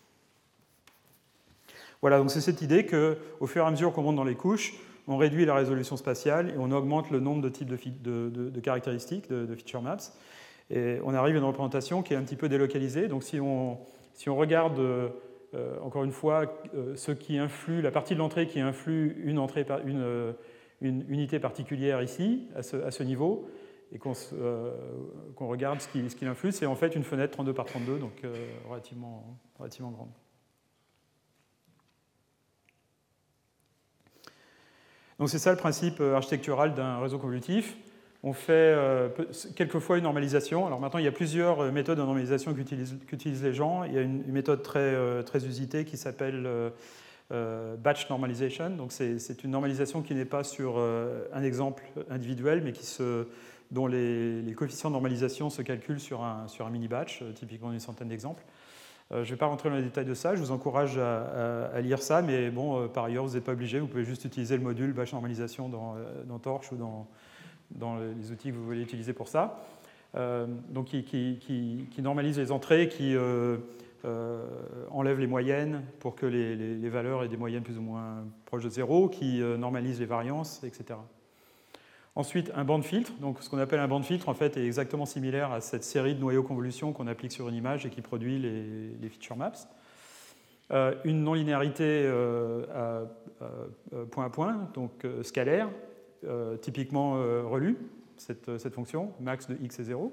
Voilà, donc c'est cette idée qu'au fur et à mesure qu'on monte dans les couches, on réduit la résolution spatiale et on augmente le nombre de types de caractéristiques, de feature maps. Et on arrive à une représentation qui est un petit peu délocalisée. Donc si on regarde, encore une fois, ce qui influe, la partie de l'entrée qui influe une unité particulière ici, à ce niveau, et qu'on regarde ce qui influe, c'est en fait une fenêtre 32 par 32, donc relativement grande. Donc c'est ça le principe architectural d'un réseau convolutif. On fait quelquefois une normalisation. Alors maintenant, il y a plusieurs méthodes de normalisation qu'utilisent les gens. Il y a une méthode très usitée qui s'appelle batch normalization. Donc c'est une normalisation qui n'est pas sur un exemple individuel, mais dont les coefficients de normalisation se calculent sur un mini-batch, typiquement une centaine d'exemples. Je ne vais pas rentrer dans les détails de ça, je vous encourage à lire ça, mais bon, par ailleurs, vous n'êtes pas obligé, vous pouvez juste utiliser le module batch normalisation dans Torch ou dans les outils que vous voulez utiliser pour ça. Donc qui normalise les entrées, qui enlève les moyennes pour que les valeurs aient des moyennes plus ou moins proches de zéro, qui normalise les variances, etc. Ensuite, un band filtre. Donc, ce qu'on appelle un band filtre, en fait, est exactement similaire à cette série de noyaux convolution qu'on applique sur une image et qui produit les feature maps. Une non-linéarité point à point, donc scalaire, typiquement relue, cette fonction, max de x est 0.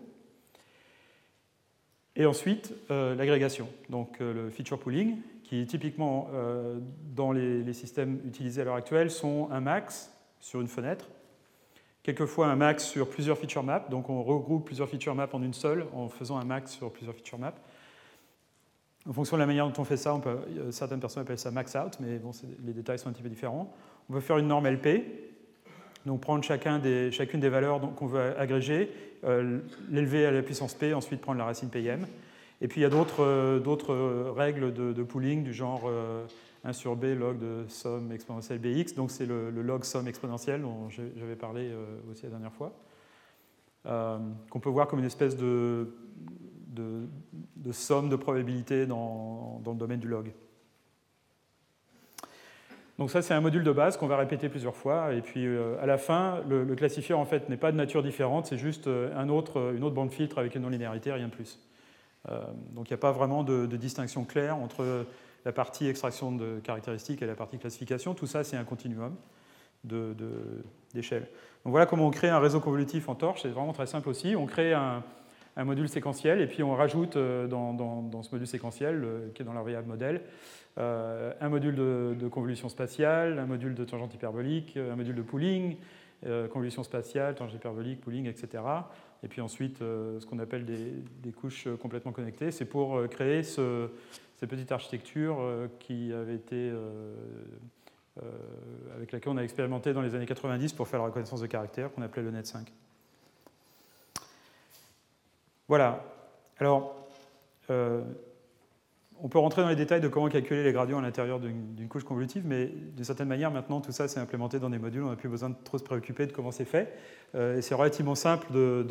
Et ensuite, l'agrégation, donc le feature pooling, qui typiquement, dans les systèmes utilisés à l'heure actuelle, sont un max sur une fenêtre, quelquefois un max sur plusieurs feature maps, donc on regroupe plusieurs feature maps en une seule en faisant un max sur plusieurs feature maps. En fonction de la manière dont on fait ça, certaines personnes appellent ça max out, mais bon, les détails sont un petit peu différents. On peut faire une norme LP, donc prendre chacune des valeurs qu'on veut agréger, l'élever à la puissance P, ensuite prendre la racine PIM. Et puis il y a d'autres règles de pooling du genre 1 sur B log de somme exponentielle BX, donc c'est le log somme exponentielle dont j'avais parlé aussi la dernière fois, qu'on peut voir comme une espèce de somme de probabilité dans le domaine du log. Donc ça, c'est un module de base qu'on va répéter plusieurs fois, et puis à la fin, le classifieur en fait n'est pas de nature différente, c'est juste une autre bande filtre avec une non-linéarité, rien de plus. Donc il n'y a pas vraiment de distinction claire entre la partie extraction de caractéristiques et la partie classification. Tout ça, c'est un continuum d'échelle. Donc voilà comment on crée un réseau convolutif en Torch. C'est vraiment très simple aussi. On crée un module séquentiel et puis on rajoute dans ce module séquentiel, qui est dans la variable modèle, un module de convolution spatiale, un module de tangente hyperbolique, un module de pooling, convolution spatiale, tangente hyperbolique, pooling, etc. Et puis ensuite, ce qu'on appelle des couches complètement connectées. C'est pour créer cette petite architecture qui avait été, avec laquelle on a expérimenté dans les années 90 pour faire la reconnaissance de caractères, qu'on appelait le Net 5. Voilà. Alors, on peut rentrer dans les détails de comment calculer les gradients à l'intérieur d'une couche convolutive, mais d'une certaine manière, maintenant, tout ça, c'est implémenté dans des modules. On n'a plus besoin de trop se préoccuper de comment c'est fait. Et c'est relativement simple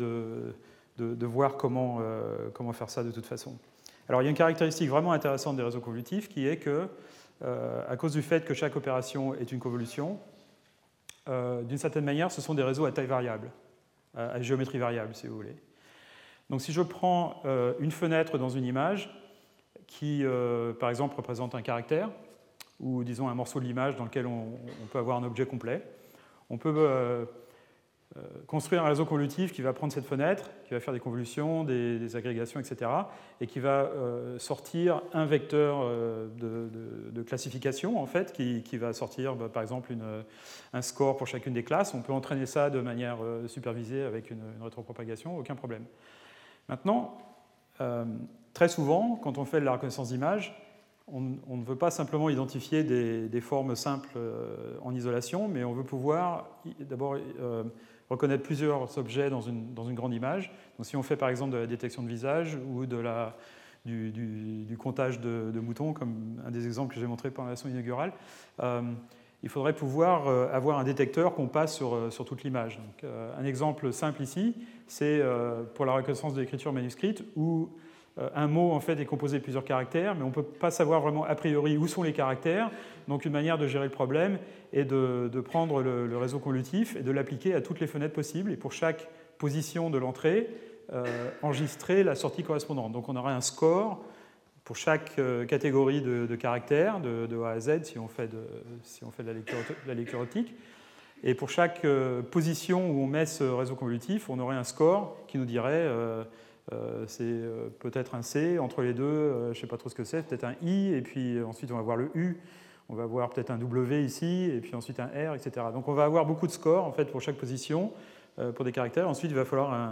de voir comment faire ça de toute façon. Alors, il y a une caractéristique vraiment intéressante des réseaux convolutifs qui est que, à cause du fait que chaque opération est une convolution, d'une certaine manière, ce sont des réseaux à taille variable, à géométrie variable, si vous voulez. Donc, si je prends une fenêtre dans une image qui, par exemple, représente un caractère, ou disons un morceau de l'image dans lequel on peut avoir un objet complet, on peut construire un réseau convolutif qui va prendre cette fenêtre, qui va faire des convolutions, des agrégations, etc., et qui va sortir un vecteur de classification, en fait, qui va sortir, par exemple, un score pour chacune des classes. On peut entraîner ça de manière supervisée avec une rétropropagation, aucun problème. Maintenant, très souvent, quand on fait de la reconnaissance d'image, on ne veut pas simplement identifier des formes simples en isolation, mais on veut pouvoir d'abord reconnaître plusieurs objets dans une grande image. Donc, si on fait par exemple de la détection de visage ou du comptage de moutons, comme un des exemples que j'ai montré pendant la leçon inaugurale, il faudrait pouvoir avoir un détecteur qu'on passe sur toute l'image. Un exemple simple ici, c'est pour la reconnaissance de l'écriture manuscrite, où un mot en fait est composé de plusieurs caractères, mais on ne peut pas savoir vraiment a priori où sont les caractères. Donc une manière de gérer le problème est de prendre le réseau convolutif et de l'appliquer à toutes les fenêtres possibles, et pour chaque position de l'entrée, enregistrer la sortie correspondante. Donc on aura un score pour chaque catégorie de caractères, de A à Z, si on fait de la lecture optique. Et pour chaque position où on met ce réseau convolutif, on aurait un score qui nous dirait c'est peut-être un C, entre les deux, je ne sais pas trop ce que c'est, peut-être un I, et puis ensuite on va voir le U, on va voir peut-être un W ici, et puis ensuite un R, etc. Donc on va avoir beaucoup de scores en fait, pour chaque position, pour des caractères. Ensuite, il va falloir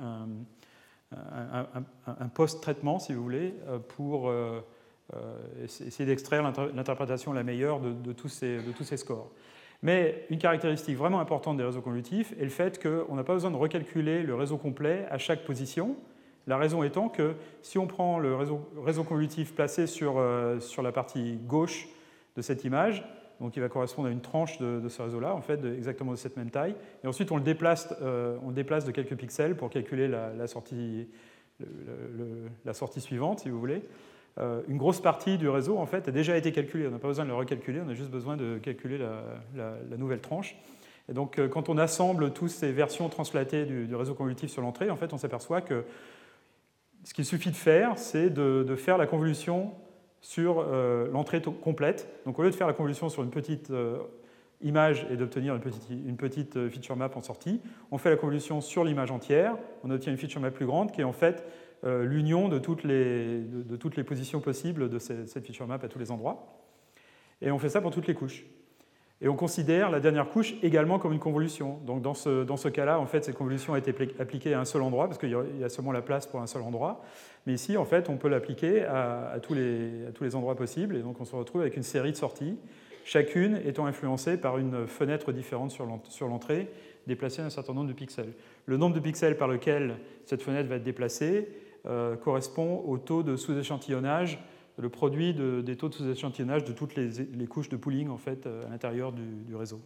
un post-traitement, si vous voulez, pour essayer d'extraire l'interprétation la meilleure de tous ces scores. Mais une caractéristique vraiment importante des réseaux convolutifs est le fait qu'on n'a pas besoin de recalculer le réseau complet à chaque position, La raison étant que si on prend le réseau convolutif placé sur la partie gauche de cette image, donc il va correspondre à une tranche de ce réseau-là, en fait, exactement de cette même taille, et ensuite on le déplace de quelques pixels pour calculer la sortie suivante, si vous voulez. Une grosse partie du réseau, en fait, a déjà été calculée. On n'a pas besoin de le recalculer, on a juste besoin de calculer la nouvelle tranche. Et donc, quand on assemble toutes ces versions translatées du réseau convolutif sur l'entrée, en fait, on s'aperçoit que ce qu'il suffit de faire, c'est de faire la convolution sur l'entrée complète. Donc, au lieu de faire la convolution sur une petite image et d'obtenir une petite feature map en sortie, on fait la convolution sur l'image entière, on obtient une feature map plus grande qui est en fait l'union de toutes les positions possibles de cette feature map à tous les endroits. Et on fait ça pour toutes les couches. Et on considère la dernière couche également comme une convolution. Donc dans ce cas-là, en fait, cette convolution a été appliquée à un seul endroit, parce qu'il y a seulement la place pour un seul endroit. Mais ici, en fait, on peut l'appliquer à tous les endroits possibles. Et donc on se retrouve avec une série de sorties, chacune étant influencée par une fenêtre différente sur l'entrée, déplacée d'un certain nombre de pixels. Le nombre de pixels par lequel cette fenêtre va être déplacée correspond au taux de sous-échantillonnage, le produit des taux de sous-échantillonnage de toutes les couches de pooling en fait, à l'intérieur du réseau.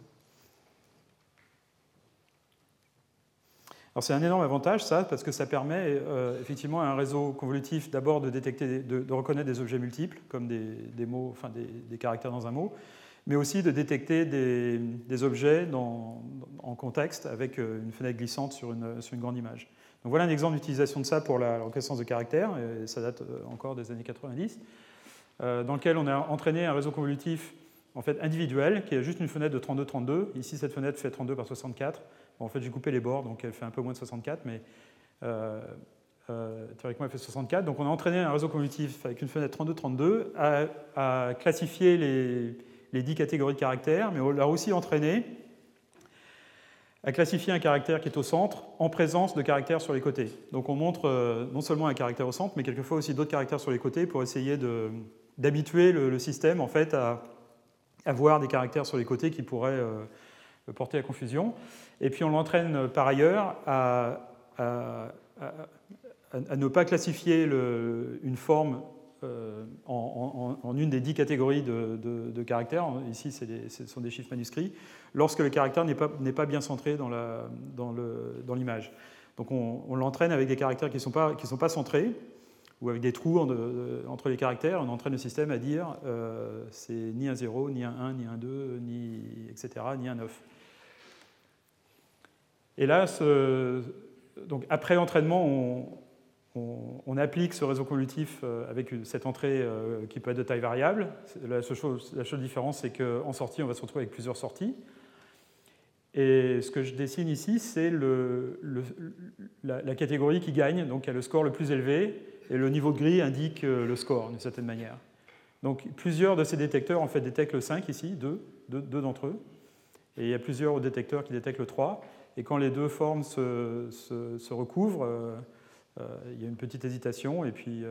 Alors c'est un énorme avantage ça, parce que ça permet effectivement à un réseau convolutif d'abord de reconnaître des objets multiples, comme des mots, enfin des caractères dans un mot, mais aussi de détecter des objets en contexte avec une fenêtre glissante sur une grande image. Donc voilà un exemple d'utilisation de ça pour la reconnaissance de caractères, et ça date encore des années 90, dans lequel on a entraîné un réseau convolutif en fait, individuel, qui a juste une fenêtre de 32-32. Ici, cette fenêtre fait 32 par 64. Bon, en fait, j'ai coupé les bords, donc elle fait un peu moins de 64, mais théoriquement, elle fait 64. Donc on a entraîné un réseau convolutif avec une fenêtre 32-32 à classifier les 10 catégories de caractères, mais on l'a aussi entraîné à classifier un caractère qui est au centre en présence de caractères sur les côtés. Donc on montre non seulement un caractère au centre, mais quelquefois aussi d'autres caractères sur les côtés pour essayer d'habituer le système en fait, à voir des caractères sur les côtés qui pourraient porter à confusion. Et puis on l'entraîne par ailleurs à ne pas classifier une forme en une des 10 catégories de caractères. Ici, ce sont des chiffres manuscrits, lorsque le caractère n'est pas bien centré dans l'image. Donc on l'entraîne avec des caractères qui ne sont pas centrés, ou avec des trous entre les caractères. On entraîne le système à dire c'est ni un 0, ni un 1, ni un 2, etc., ni un 9. Et là, donc après entraînement, on applique ce réseau convolutif avec cette entrée qui peut être de taille variable. La seule différence, c'est qu'en sortie, on va se retrouver avec plusieurs sorties. Et ce que je dessine ici, c'est la catégorie qui gagne, donc qui a le score le plus élevé, et le niveau de gris indique le score, d'une certaine manière. Donc plusieurs de ces détecteurs en fait, détectent le 5 ici, deux d'entre eux, et il y a plusieurs détecteurs qui détectent le 3, et quand les deux formes se recouvrent, il y a une petite hésitation, et puis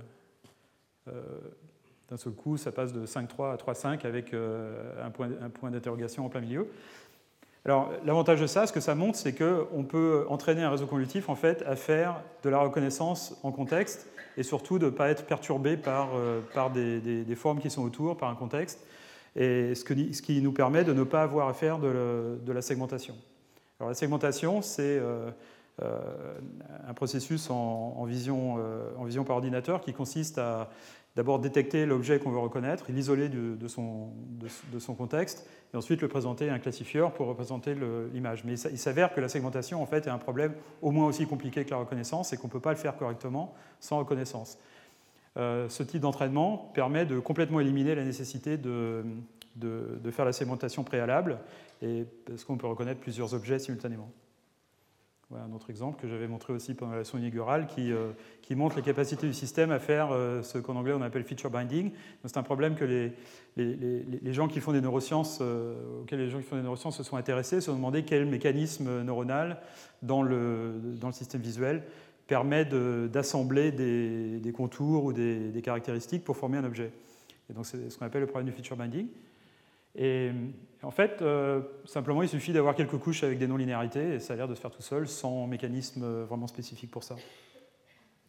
d'un seul coup, ça passe de 5,3 à 3,5 avec un point d'interrogation en plein milieu. Alors, l'avantage de ça, ce que ça montre, c'est qu'on peut entraîner un réseau convolutif en fait, à faire de la reconnaissance en contexte et surtout de ne pas être perturbé par des formes qui sont autour, par un contexte, et ce qui nous permet de ne pas avoir à faire de la segmentation. Alors, la segmentation, c'est un processus en vision par ordinateur qui consiste à d'abord détecter l'objet qu'on veut reconnaître, l'isoler de son contexte, et ensuite le présenter à un classifieur pour représenter l'image. Mais il s'avère que la segmentation en fait, est un problème au moins aussi compliqué que la reconnaissance et qu'on ne peut pas le faire correctement sans reconnaissance. Ce type d'entraînement permet de complètement éliminer la nécessité de faire la segmentation préalable, parce qu'on peut reconnaître plusieurs objets simultanément. Voilà un autre exemple que j'avais montré aussi pendant la leçon inaugurale qui montre les capacités du système à faire ce qu'en anglais on appelle feature binding. C'est un problème que les gens qui font des neurosciences, auxquels les gens qui font des neurosciences se sont intéressés, se sont demandé quel mécanisme neuronal dans le système visuel permet d'assembler des contours ou des caractéristiques pour former un objet. Et donc c'est ce qu'on appelle le problème du feature binding. Et en fait, simplement, il suffit d'avoir quelques couches avec des non-linéarités, et ça a l'air de se faire tout seul, sans mécanisme vraiment spécifique pour ça.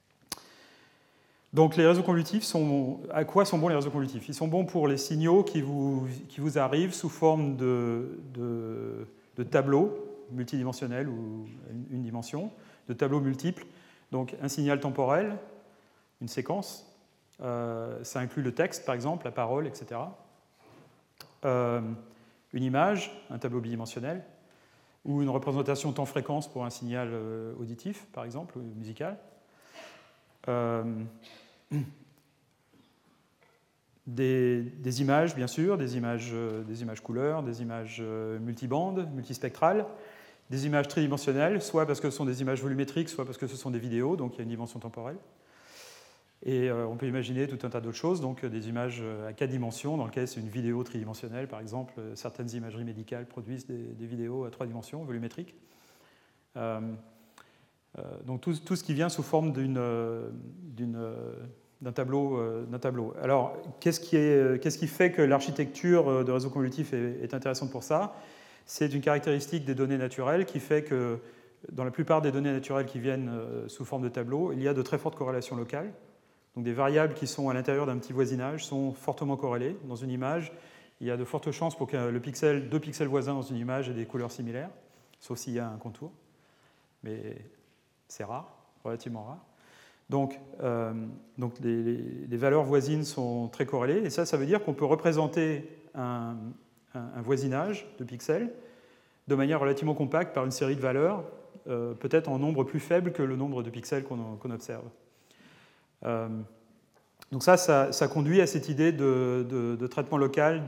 Donc les réseaux convolutifs, à quoi sont bons les réseaux convolutifs? Ils sont bons pour les signaux qui vous arrivent sous forme de tableaux multidimensionnels ou une dimension, de tableaux multiples. Donc un signal temporel, une séquence, ça inclut le texte par exemple, la parole, etc. Une image, un tableau bidimensionnel, ou une représentation temps-fréquence pour un signal auditif par exemple, ou musical. Des images, bien sûr, des images couleurs, des images multibandes, multispectrales, des images tridimensionnelles, soit parce que ce sont des images volumétriques, soit parce que ce sont des vidéos, donc il y a une dimension temporelle. Et on peut imaginer tout un tas d'autres choses, donc des images à 4 dimensions, dans lesquelles c'est une vidéo tridimensionnelle, par exemple, certaines imageries médicales produisent des vidéos à 3 dimensions, volumétriques. Donc tout ce qui vient sous forme d'un tableau. Alors, qu'est-ce qui fait que l'architecture de réseau convolutif est intéressante pour ça? C'est une caractéristique des données naturelles qui fait que dans la plupart des données naturelles qui viennent sous forme de tableau, il y a de très fortes corrélations locales. Donc des variables qui sont à l'intérieur d'un petit voisinage sont fortement corrélées. Dans une image, il y a de fortes chances pour que deux pixels voisins dans une image aient des couleurs similaires, sauf s'il y a un contour. Mais c'est rare, relativement rare. Donc les valeurs voisines sont très corrélées, et ça veut dire qu'on peut représenter un voisinage de pixels de manière relativement compacte par une série de valeurs, peut-être en nombre plus faible que le nombre de pixels qu'on observe. Donc ça conduit à cette idée de traitement local,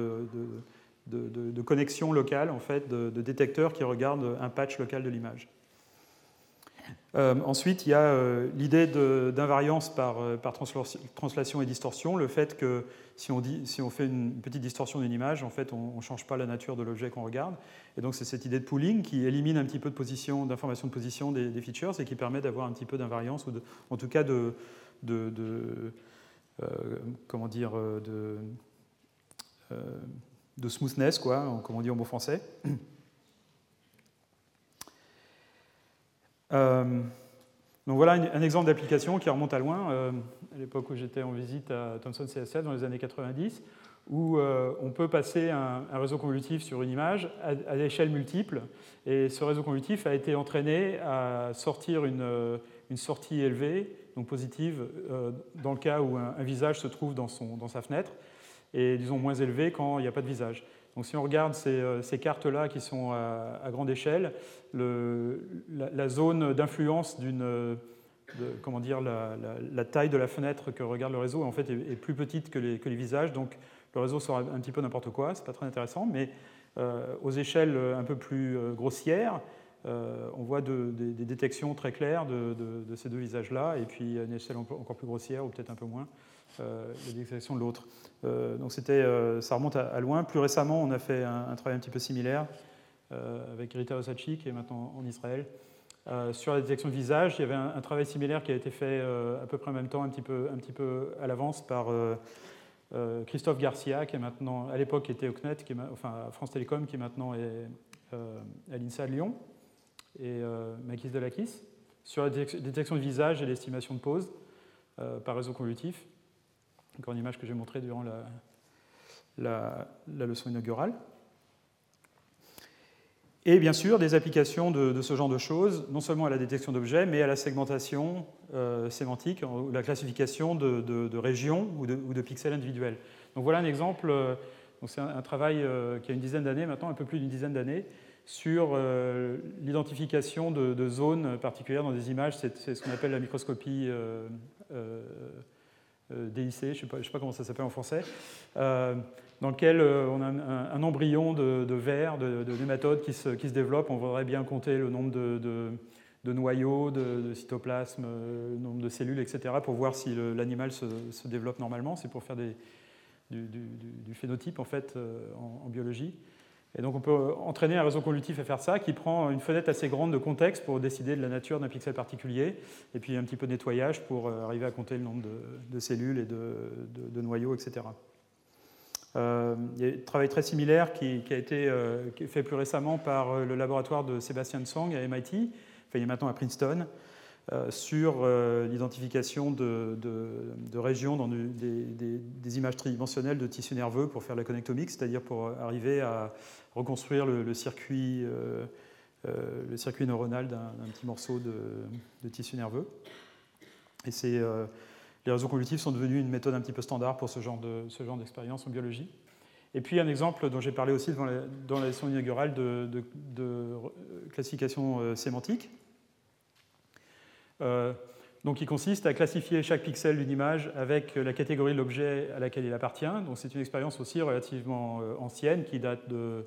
de connexion locale, en fait, de détecteurs qui regardent un patch local de l'image. Ensuite, il y a l'idée d'invariance par translation et distorsion, le fait que si on fait une petite distorsion d'une image, en fait, on ne change pas la nature de l'objet qu'on regarde. Et donc, c'est cette idée de pooling qui élimine un petit peu d'informations de position des features et qui permet d'avoir un petit peu d'invariance, ou en tout cas de smoothness, quoi, comme on dit en mot français. Donc voilà un exemple d'application qui remonte à loin, à l'époque où j'étais en visite à Thomson CSF dans les années 90, où on peut passer un réseau convolutif sur une image à l'échelle multiple, et ce réseau convolutif a été entraîné à sortir une sortie élevée, donc positive, dans le cas où un visage se trouve dans sa fenêtre, et disons moins élevée quand il n'y a pas de visage. Donc si on regarde ces cartes-là qui sont à grande échelle, la zone d'influence la taille de la fenêtre que regarde le réseau en fait est plus petite que les visages, donc le réseau sera un petit peu n'importe quoi, c'est pas très intéressant, mais aux échelles un peu plus grossières, on voit des détections très claires de ces deux visages-là, et puis à une échelle encore plus grossière, ou peut-être un peu moins, la détection de l'autre. Donc ça remonte à loin. Plus récemment, on a fait un travail un petit peu similaire avec Rita Osachi, qui est maintenant en Israël. Sur la détection de visage, il y avait un travail similaire qui a été fait à peu près en même temps, un petit peu à l'avance, par Christophe Garcia, qui est maintenant, à l'époque était au CNET, à France Télécom, qui maintenant est à l'INSA de Lyon, et Makis Delakis, sur la détection de visage et l'estimation de pose par réseau convolutif. Encore une image que j'ai montrée durant la leçon inaugurale. Et bien sûr, des applications de ce genre de choses, non seulement à la détection d'objets, mais à la segmentation sémantique, ou la classification de régions ou de pixels individuels. Donc voilà un exemple, c'est un travail qui a une dizaine d'années maintenant, un peu plus d'une dizaine d'années, sur l'identification de zones particulières dans des images. C'est ce qu'on appelle la microscopie DIC, je ne sais pas comment ça s'appelle en français, dans lequel on a un embryon de vers, de nématodes qui se développe. On voudrait bien compter le nombre de noyaux, de cytoplasmes, le nombre de cellules, etc., pour voir si l'animal se développe normalement. C'est pour faire du phénotype, en fait, en biologie. Et donc on peut entraîner un réseau convolutif à faire ça, qui prend une fenêtre assez grande de contexte pour décider de la nature d'un pixel particulier, et puis un petit peu de nettoyage pour arriver à compter le nombre de cellules et de noyaux, etc. Il y a un travail très similaire qui a été fait plus récemment par le laboratoire de Sebastian Tsang à MIT, enfin il est maintenant à Princeton, sur l'identification de régions dans des images tridimensionnelles de tissus nerveux pour faire la connectomique, c'est-à-dire pour arriver à reconstruire le circuit neuronal d'un petit morceau de tissu nerveux. Et les réseaux convolutifs sont devenus une méthode un petit peu standard pour ce genre d'expérience en biologie. Et puis un exemple dont j'ai parlé aussi dans la leçon inaugurale de classification sémantique. Donc, qui consiste à classifier chaque pixel d'une image avec la catégorie de l'objet à laquelle il appartient. Donc, c'est une expérience aussi relativement ancienne qui date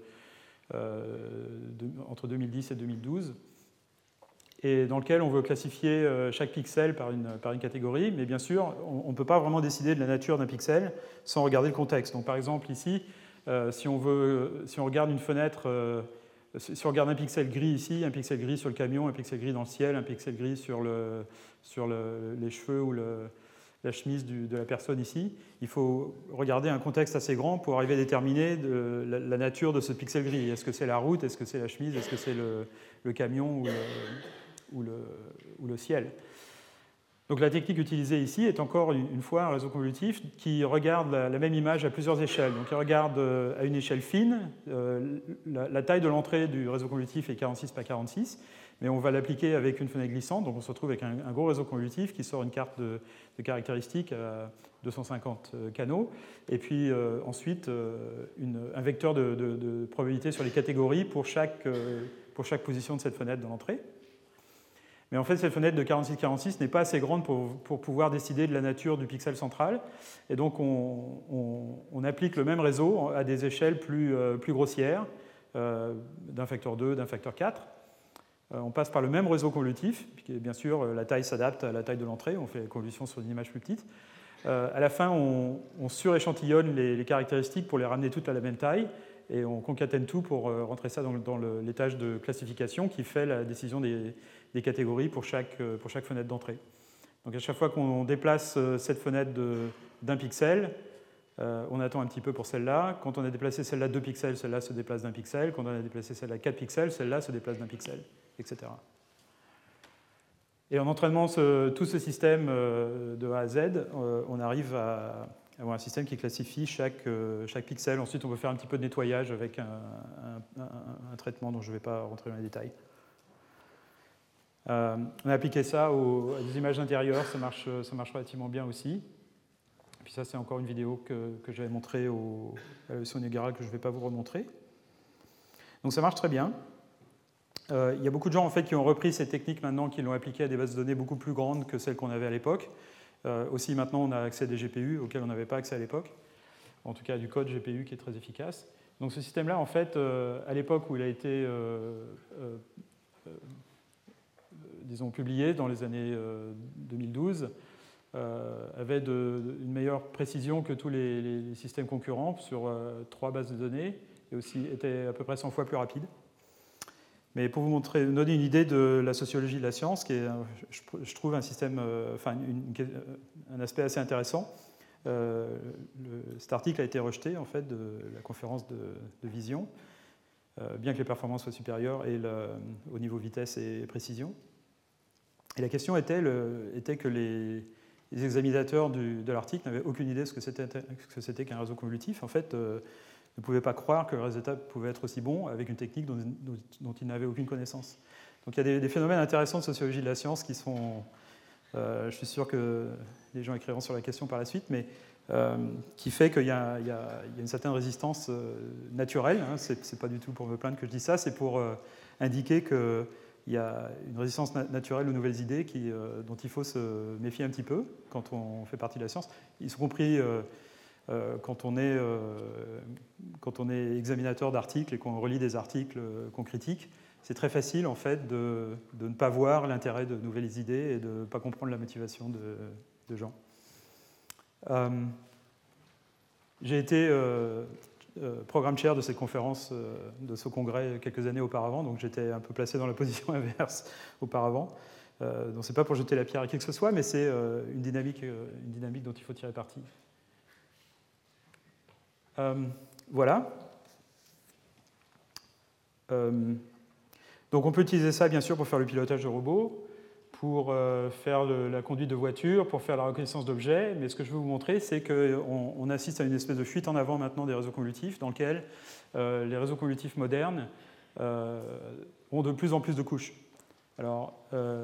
entre 2010 et 2012, et dans lequel on veut classifier chaque pixel par une catégorie. Mais bien sûr, on ne peut pas vraiment décider de la nature d'un pixel sans regarder le contexte. Donc, par exemple, ici, si on regarde une fenêtre. Si on regarde un pixel gris ici, un pixel gris sur le camion, un pixel gris dans le ciel, un pixel gris sur les cheveux ou la chemise de la personne ici, il faut regarder un contexte assez grand pour arriver à déterminer la nature de ce pixel gris. Est-ce que c'est la route, est-ce que c'est la chemise, est-ce que c'est le camion ou le ciel? Donc la technique utilisée ici est encore une fois un réseau convolutif qui regarde la même image à plusieurs échelles. Donc il regarde à une échelle fine, la taille de l'entrée du réseau convolutif est 46 par 46, mais on va l'appliquer avec une fenêtre glissante, donc on se retrouve avec un gros réseau convolutif qui sort une carte de caractéristiques à 250 canaux, et puis ensuite un vecteur de probabilité sur les catégories pour chaque position de cette fenêtre dans l'entrée. Mais en fait, cette fenêtre de 46-46 n'est pas assez grande pour pouvoir décider de la nature du pixel central. Et donc, on applique le même réseau à des échelles plus grossières, d'un facteur 2, d'un facteur 4. On passe par le même réseau convolutif, puis bien sûr, la taille s'adapte à la taille de l'entrée. On fait la convolution sur une image plus petite. À la fin, on suréchantillonne les caractéristiques pour les ramener toutes à la même taille. Et on concatène tout pour rentrer ça dans l'étage de classification qui fait la décision des catégories pour chaque fenêtre d'entrée. Donc à chaque fois qu'on déplace cette fenêtre d'un pixel, on attend un petit peu pour celle-là. Quand on a déplacé celle-là de 2 pixels, celle-là se déplace d'un pixel. Quand on a déplacé celle-là 4 pixels, celle-là se déplace d'un pixel, etc. Et en entraînement tout ce système de A à Z, on arrive à avoir un système qui classifie chaque pixel. Ensuite, on peut faire un petit peu de nettoyage avec un traitement dont je ne vais pas rentrer dans les détails. On a appliqué ça à des images intérieures, ça marche relativement bien aussi. Et puis ça, c'est encore une vidéo que j'avais montrée à la leçon inaugurale que je ne vais pas vous remontrer. Donc ça marche très bien. Il y a beaucoup de gens en fait, qui ont repris ces techniques maintenant, qui l'ont appliquées à des bases de données beaucoup plus grandes que celles qu'on avait à l'époque. Aussi, maintenant, on a accès à des GPU auxquels on n'avait pas accès à l'époque. En tout cas, du code GPU qui est très efficace. Donc ce système-là, en fait, à l'époque où il a été disons, publié dans les années 2012, avait une meilleure précision que tous les systèmes concurrents sur 3 bases de données, et aussi était à peu près 100 fois plus rapide. Mais pour vous donner une idée de la sociologie de la science, qui est, je trouve, un système, un aspect assez intéressant, cet article a été rejeté en fait, de la conférence de Vision, bien que les performances soient supérieures au niveau vitesse et précision. Et la question était que les examinateurs de l'article n'avaient aucune idée de ce que c'était qu'un réseau convolutif. En fait, ne pouvaient pas croire que le résultat pouvait être aussi bon avec une technique dont ils n'avaient aucune connaissance. Donc il y a des phénomènes intéressants de sociologie de la science qui sont, je suis sûr que les gens écriront sur la question par la suite, mais qui fait qu'il y a une certaine résistance naturelle. Hein, c'est pas du tout pour me plaindre que je dis ça, c'est pour indiquer qu'il y a une résistance naturelle aux nouvelles idées dont il faut se méfier un petit peu quand on fait partie de la science, y compris quand on est examinateur d'articles et qu'on relit des articles qu'on critique. C'est très facile en fait de ne pas voir l'intérêt de nouvelles idées et de ne pas comprendre la motivation de gens. J'ai été programme chair de cette conférence, de ce congrès quelques années auparavant, donc j'étais un peu placé dans la position inverse auparavant. Donc c'est pas pour jeter la pierre à qui que ce soit, mais c'est une dynamique dont il faut tirer parti. Voilà. Donc on peut utiliser ça bien sûr pour faire le pilotage de robots, pour faire la conduite de voiture, pour faire la reconnaissance d'objets. Mais ce que je veux vous montrer, c'est qu'on assiste à une espèce de fuite en avant maintenant des réseaux convolutifs, dans lequel les réseaux convolutifs modernes ont de plus en plus de couches. Alors,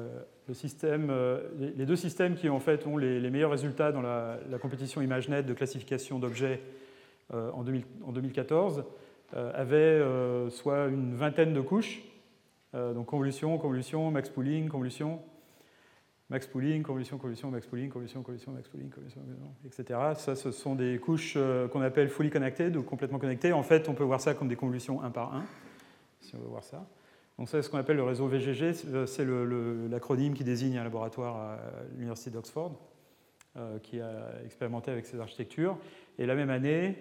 les deux systèmes qui en fait ont les meilleurs résultats dans la compétition ImageNet de classification d'objets en 2014 avaient soit une vingtaine de couches, donc convolution, convolution, max pooling, convolution, max pooling, convolution, convolution, max pooling, convolution, convolution, max pooling, convolution, etc. Ça, ce sont des couches qu'on appelle fully connected ou complètement connectées. En fait, on peut voir ça comme des convolutions 1 par 1, si on veut voir ça. Donc ça, c'est ce qu'on appelle le réseau VGG, c'est l'acronyme qui désigne un laboratoire à l'université d'Oxford qui a expérimenté avec ces architectures. Et la même année,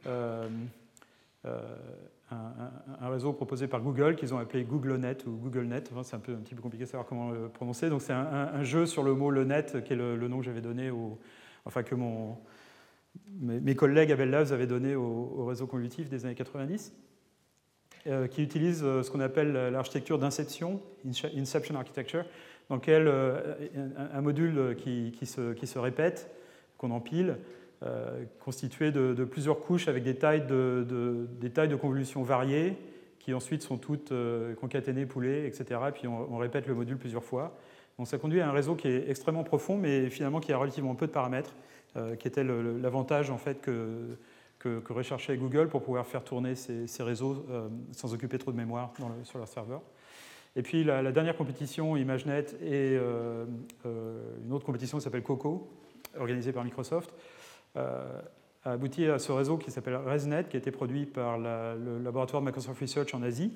un réseau proposé par Google qu'ils ont appelé GoogleNet ou GoogleNet. Enfin, c'est un petit peu compliqué de savoir comment le prononcer. Donc c'est un jeu sur le mot le net, qui est le nom que j'avais donné, que mes collègues à Bell Labs avaient donné au réseau convolutif des années 90. Qui utilise ce qu'on appelle l'architecture d'inception, Inception Architecture, dans lequel un module qui se répète, qu'on empile, constitué de plusieurs couches avec des tailles de convolution variées, qui ensuite sont toutes concaténées, poolées, etc. Et puis on répète le module plusieurs fois. Donc ça conduit à un réseau qui est extrêmement profond, mais finalement qui a relativement peu de paramètres, qui était l'avantage en fait que recherchait Google pour pouvoir faire tourner ces réseaux sans occuper trop de mémoire sur leur serveur. Et puis la dernière compétition, ImageNet, et une autre compétition qui s'appelle COCO, organisée par Microsoft, a abouti à ce réseau qui s'appelle ResNet, qui a été produit par le laboratoire de Microsoft Research en Asie,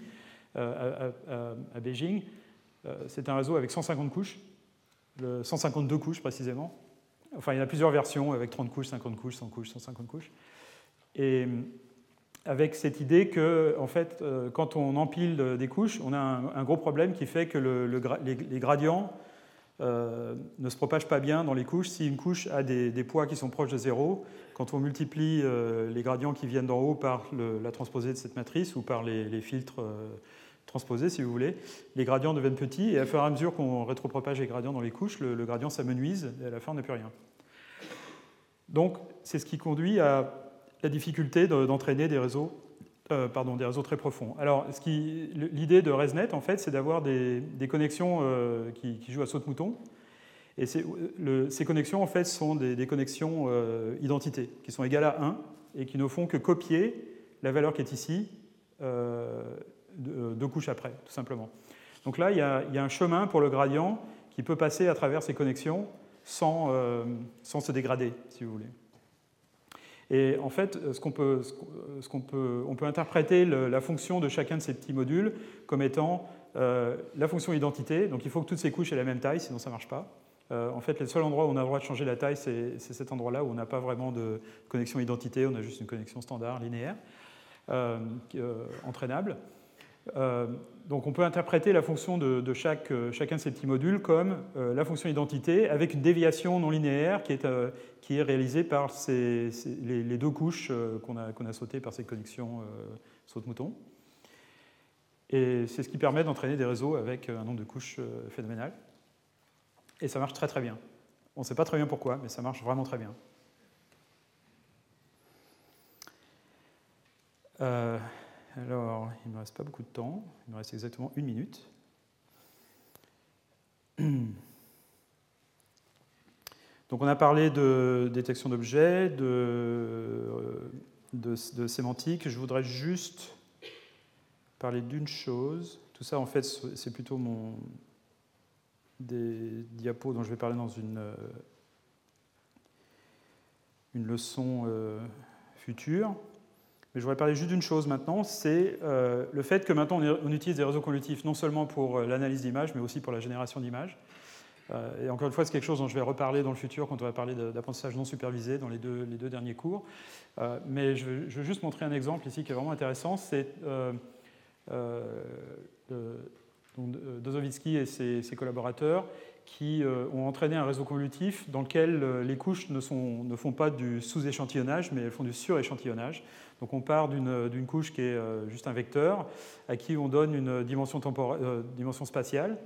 à Beijing. C'est un réseau avec 150 couches, 152 couches précisément. Enfin, il y en a plusieurs versions avec 30 couches, 50 couches, 100 couches, 150 couches. Et avec cette idée que, en fait, quand on empile des couches, on a un gros problème qui fait que les gradients ne se propagent pas bien dans les couches. Si une couche a des poids qui sont proches de zéro, quand on multiplie les gradients qui viennent d'en haut par la transposée de cette matrice ou par les filtres transposés, si vous voulez, les gradients deviennent petits et à fur et à mesure qu'on rétropropage les gradients dans les couches, le gradient s'amenuise et à la fin on n'a plus rien. Donc c'est ce qui conduit à la difficulté d'entraîner des réseaux très profonds. Alors, l'idée de ResNet, en fait, c'est d'avoir des connexions qui jouent à saute-mouton. Et ces connexions, en fait, sont des connexions identités, qui sont égales à 1 et qui ne font que copier la valeur qui est ici 2 couches après, tout simplement. Donc là, il y a un chemin pour le gradient qui peut passer à travers ces connexions sans se dégrader, si vous voulez. Et en fait, on peut interpréter la fonction de chacun de ces petits modules comme étant la fonction identité. Donc il faut que toutes ces couches aient la même taille, sinon ça ne marche pas. En fait, le seul endroit où on a le droit de changer la taille, c'est cet endroit-là où on n'a pas vraiment de connexion identité, on a juste une connexion standard, linéaire, entraînable. Donc on peut interpréter la fonction de chacun de ces petits modules comme la fonction identité avec une déviation non linéaire qui est réalisée par les 2 couches qu'on a sautées par ces connexions saute-mouton. Et c'est ce qui permet d'entraîner des réseaux avec un nombre de couches phénoménal. Et ça marche très très bien. On ne sait pas très bien pourquoi, mais ça marche vraiment très bien. Alors, il ne me reste pas beaucoup de temps. Il me reste exactement 1 minute. Donc, on a parlé de détection d'objets, de sémantique. Je voudrais juste parler d'une chose. Tout ça, en fait, c'est plutôt des diapos dont je vais parler dans une leçon future. Mais je voudrais parler juste d'une chose maintenant, c'est le fait que maintenant on utilise des réseaux convolutifs non seulement pour l'analyse d'images, mais aussi pour la génération d'images. Et encore une fois, c'est quelque chose dont je vais reparler dans le futur quand on va parler d'apprentissage non supervisé dans les deux derniers cours. Mais je veux juste montrer un exemple ici qui est vraiment intéressant. C'est Dozovitsky et ses collaborateurs qui ont entraîné un réseau convolutif dans lequel les couches ne font pas du sous-échantillonnage, mais elles font du sur-échantillonnage. Donc on part d'une couche qui est juste un vecteur, à qui on donne une dimension spatiale,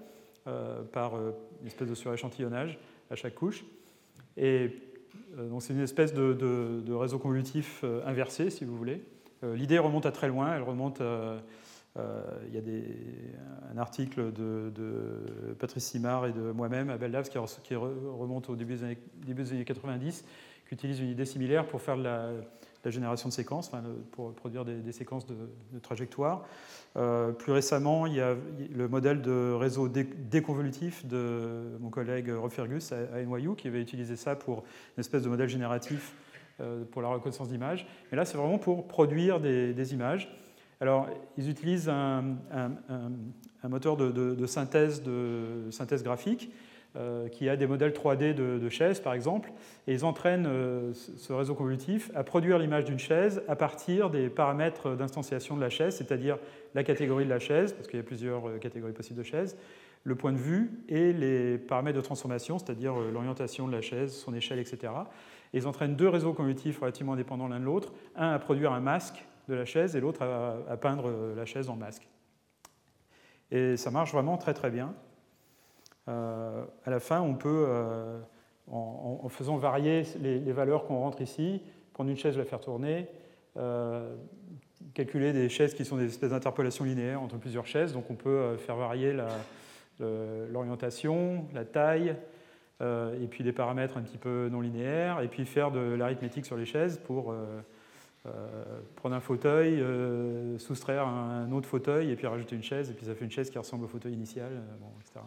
par une espèce de suréchantillonnage à chaque couche. Et donc c'est une espèce de réseau convolutif inversé, si vous voulez. L'idée remonte à très loin, elle remonte il y a un article de Patrice Simard et de moi-même à Bell Labs qui remonte au début des années 90, qui utilise une idée similaire pour faire de la génération de séquences, pour produire des séquences de trajectoires. Plus récemment, il y a le modèle de réseau déconvolutif de mon collègue Rob Fergus à NYU, qui avait utilisé ça pour une espèce de modèle génératif pour la reconnaissance d'images. Mais là, c'est vraiment pour produire des images. Alors, ils utilisent un moteur de synthèse graphique qui a des modèles 3D de chaises, par exemple, et ils entraînent ce réseau convolutif à produire l'image d'une chaise à partir des paramètres d'instanciation de la chaise, c'est-à-dire la catégorie de la chaise, parce qu'il y a plusieurs catégories possibles de chaises, le point de vue et les paramètres de transformation, c'est-à-dire l'orientation de la chaise, son échelle, etc. Et ils entraînent deux réseaux convolutifs relativement indépendants l'un de l'autre, un à produire un masque de la chaise et l'autre à peindre la chaise en masque. Et ça marche vraiment très très bien. À la fin, on peut, en faisant varier les valeurs qu'on rentre ici, prendre une chaise, la faire tourner, calculer des chaises qui sont des espèces d'interpolations linéaires entre plusieurs chaises. Donc on peut faire varier l'orientation, la taille, et puis des paramètres un petit peu non linéaires, et puis faire de l'arithmétique sur les chaises pour prendre un fauteuil, soustraire un autre fauteuil, et puis rajouter une chaise, et puis ça fait une chaise qui ressemble au fauteuil initial, etc.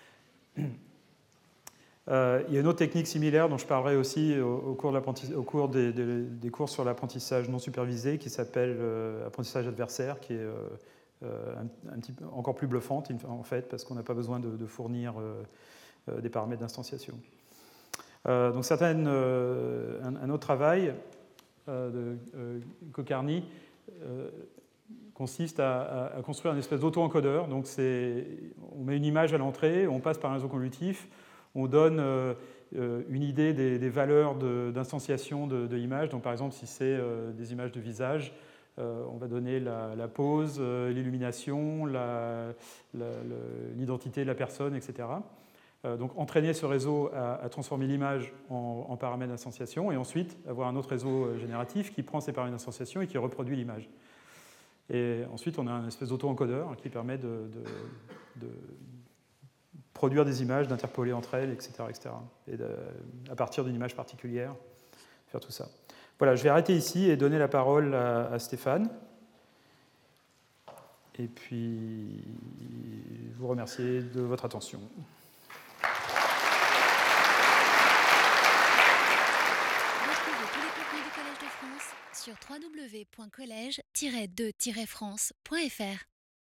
Il y a une autre technique similaire dont je parlerai aussi au cours des cours sur l'apprentissage non supervisé, qui s'appelle apprentissage adversaire, qui est un petit peu encore plus bluffante en fait, parce qu'on n'a pas besoin de fournir des paramètres d'instanciation. Donc un autre travail de Kokarny consiste à construire une espèce d'auto-encodeur. Donc on met une image à l'entrée, on passe par un réseau convolutif, on donne une idée des valeurs d'instanciation de l'image. Donc par exemple, si c'est des images de visage, on va donner la pose, l'illumination, l'identité de la personne, etc. Donc entraîner ce réseau à transformer l'image en paramètres d'instanciation et ensuite avoir un autre réseau génératif qui prend ces paramètres d'instanciation et qui reproduit l'image. Et ensuite, on a un espèce d'auto-encodeur qui permet de produire des images, d'interpoler entre elles, etc. Et à partir d'une image particulière, faire tout ça. Voilà, je vais arrêter ici et donner la parole à Stéphane. Et puis, vous remercier de votre attention.
Retrouvez tous les contenus du Collège de France sur www.collège-2-france.fr.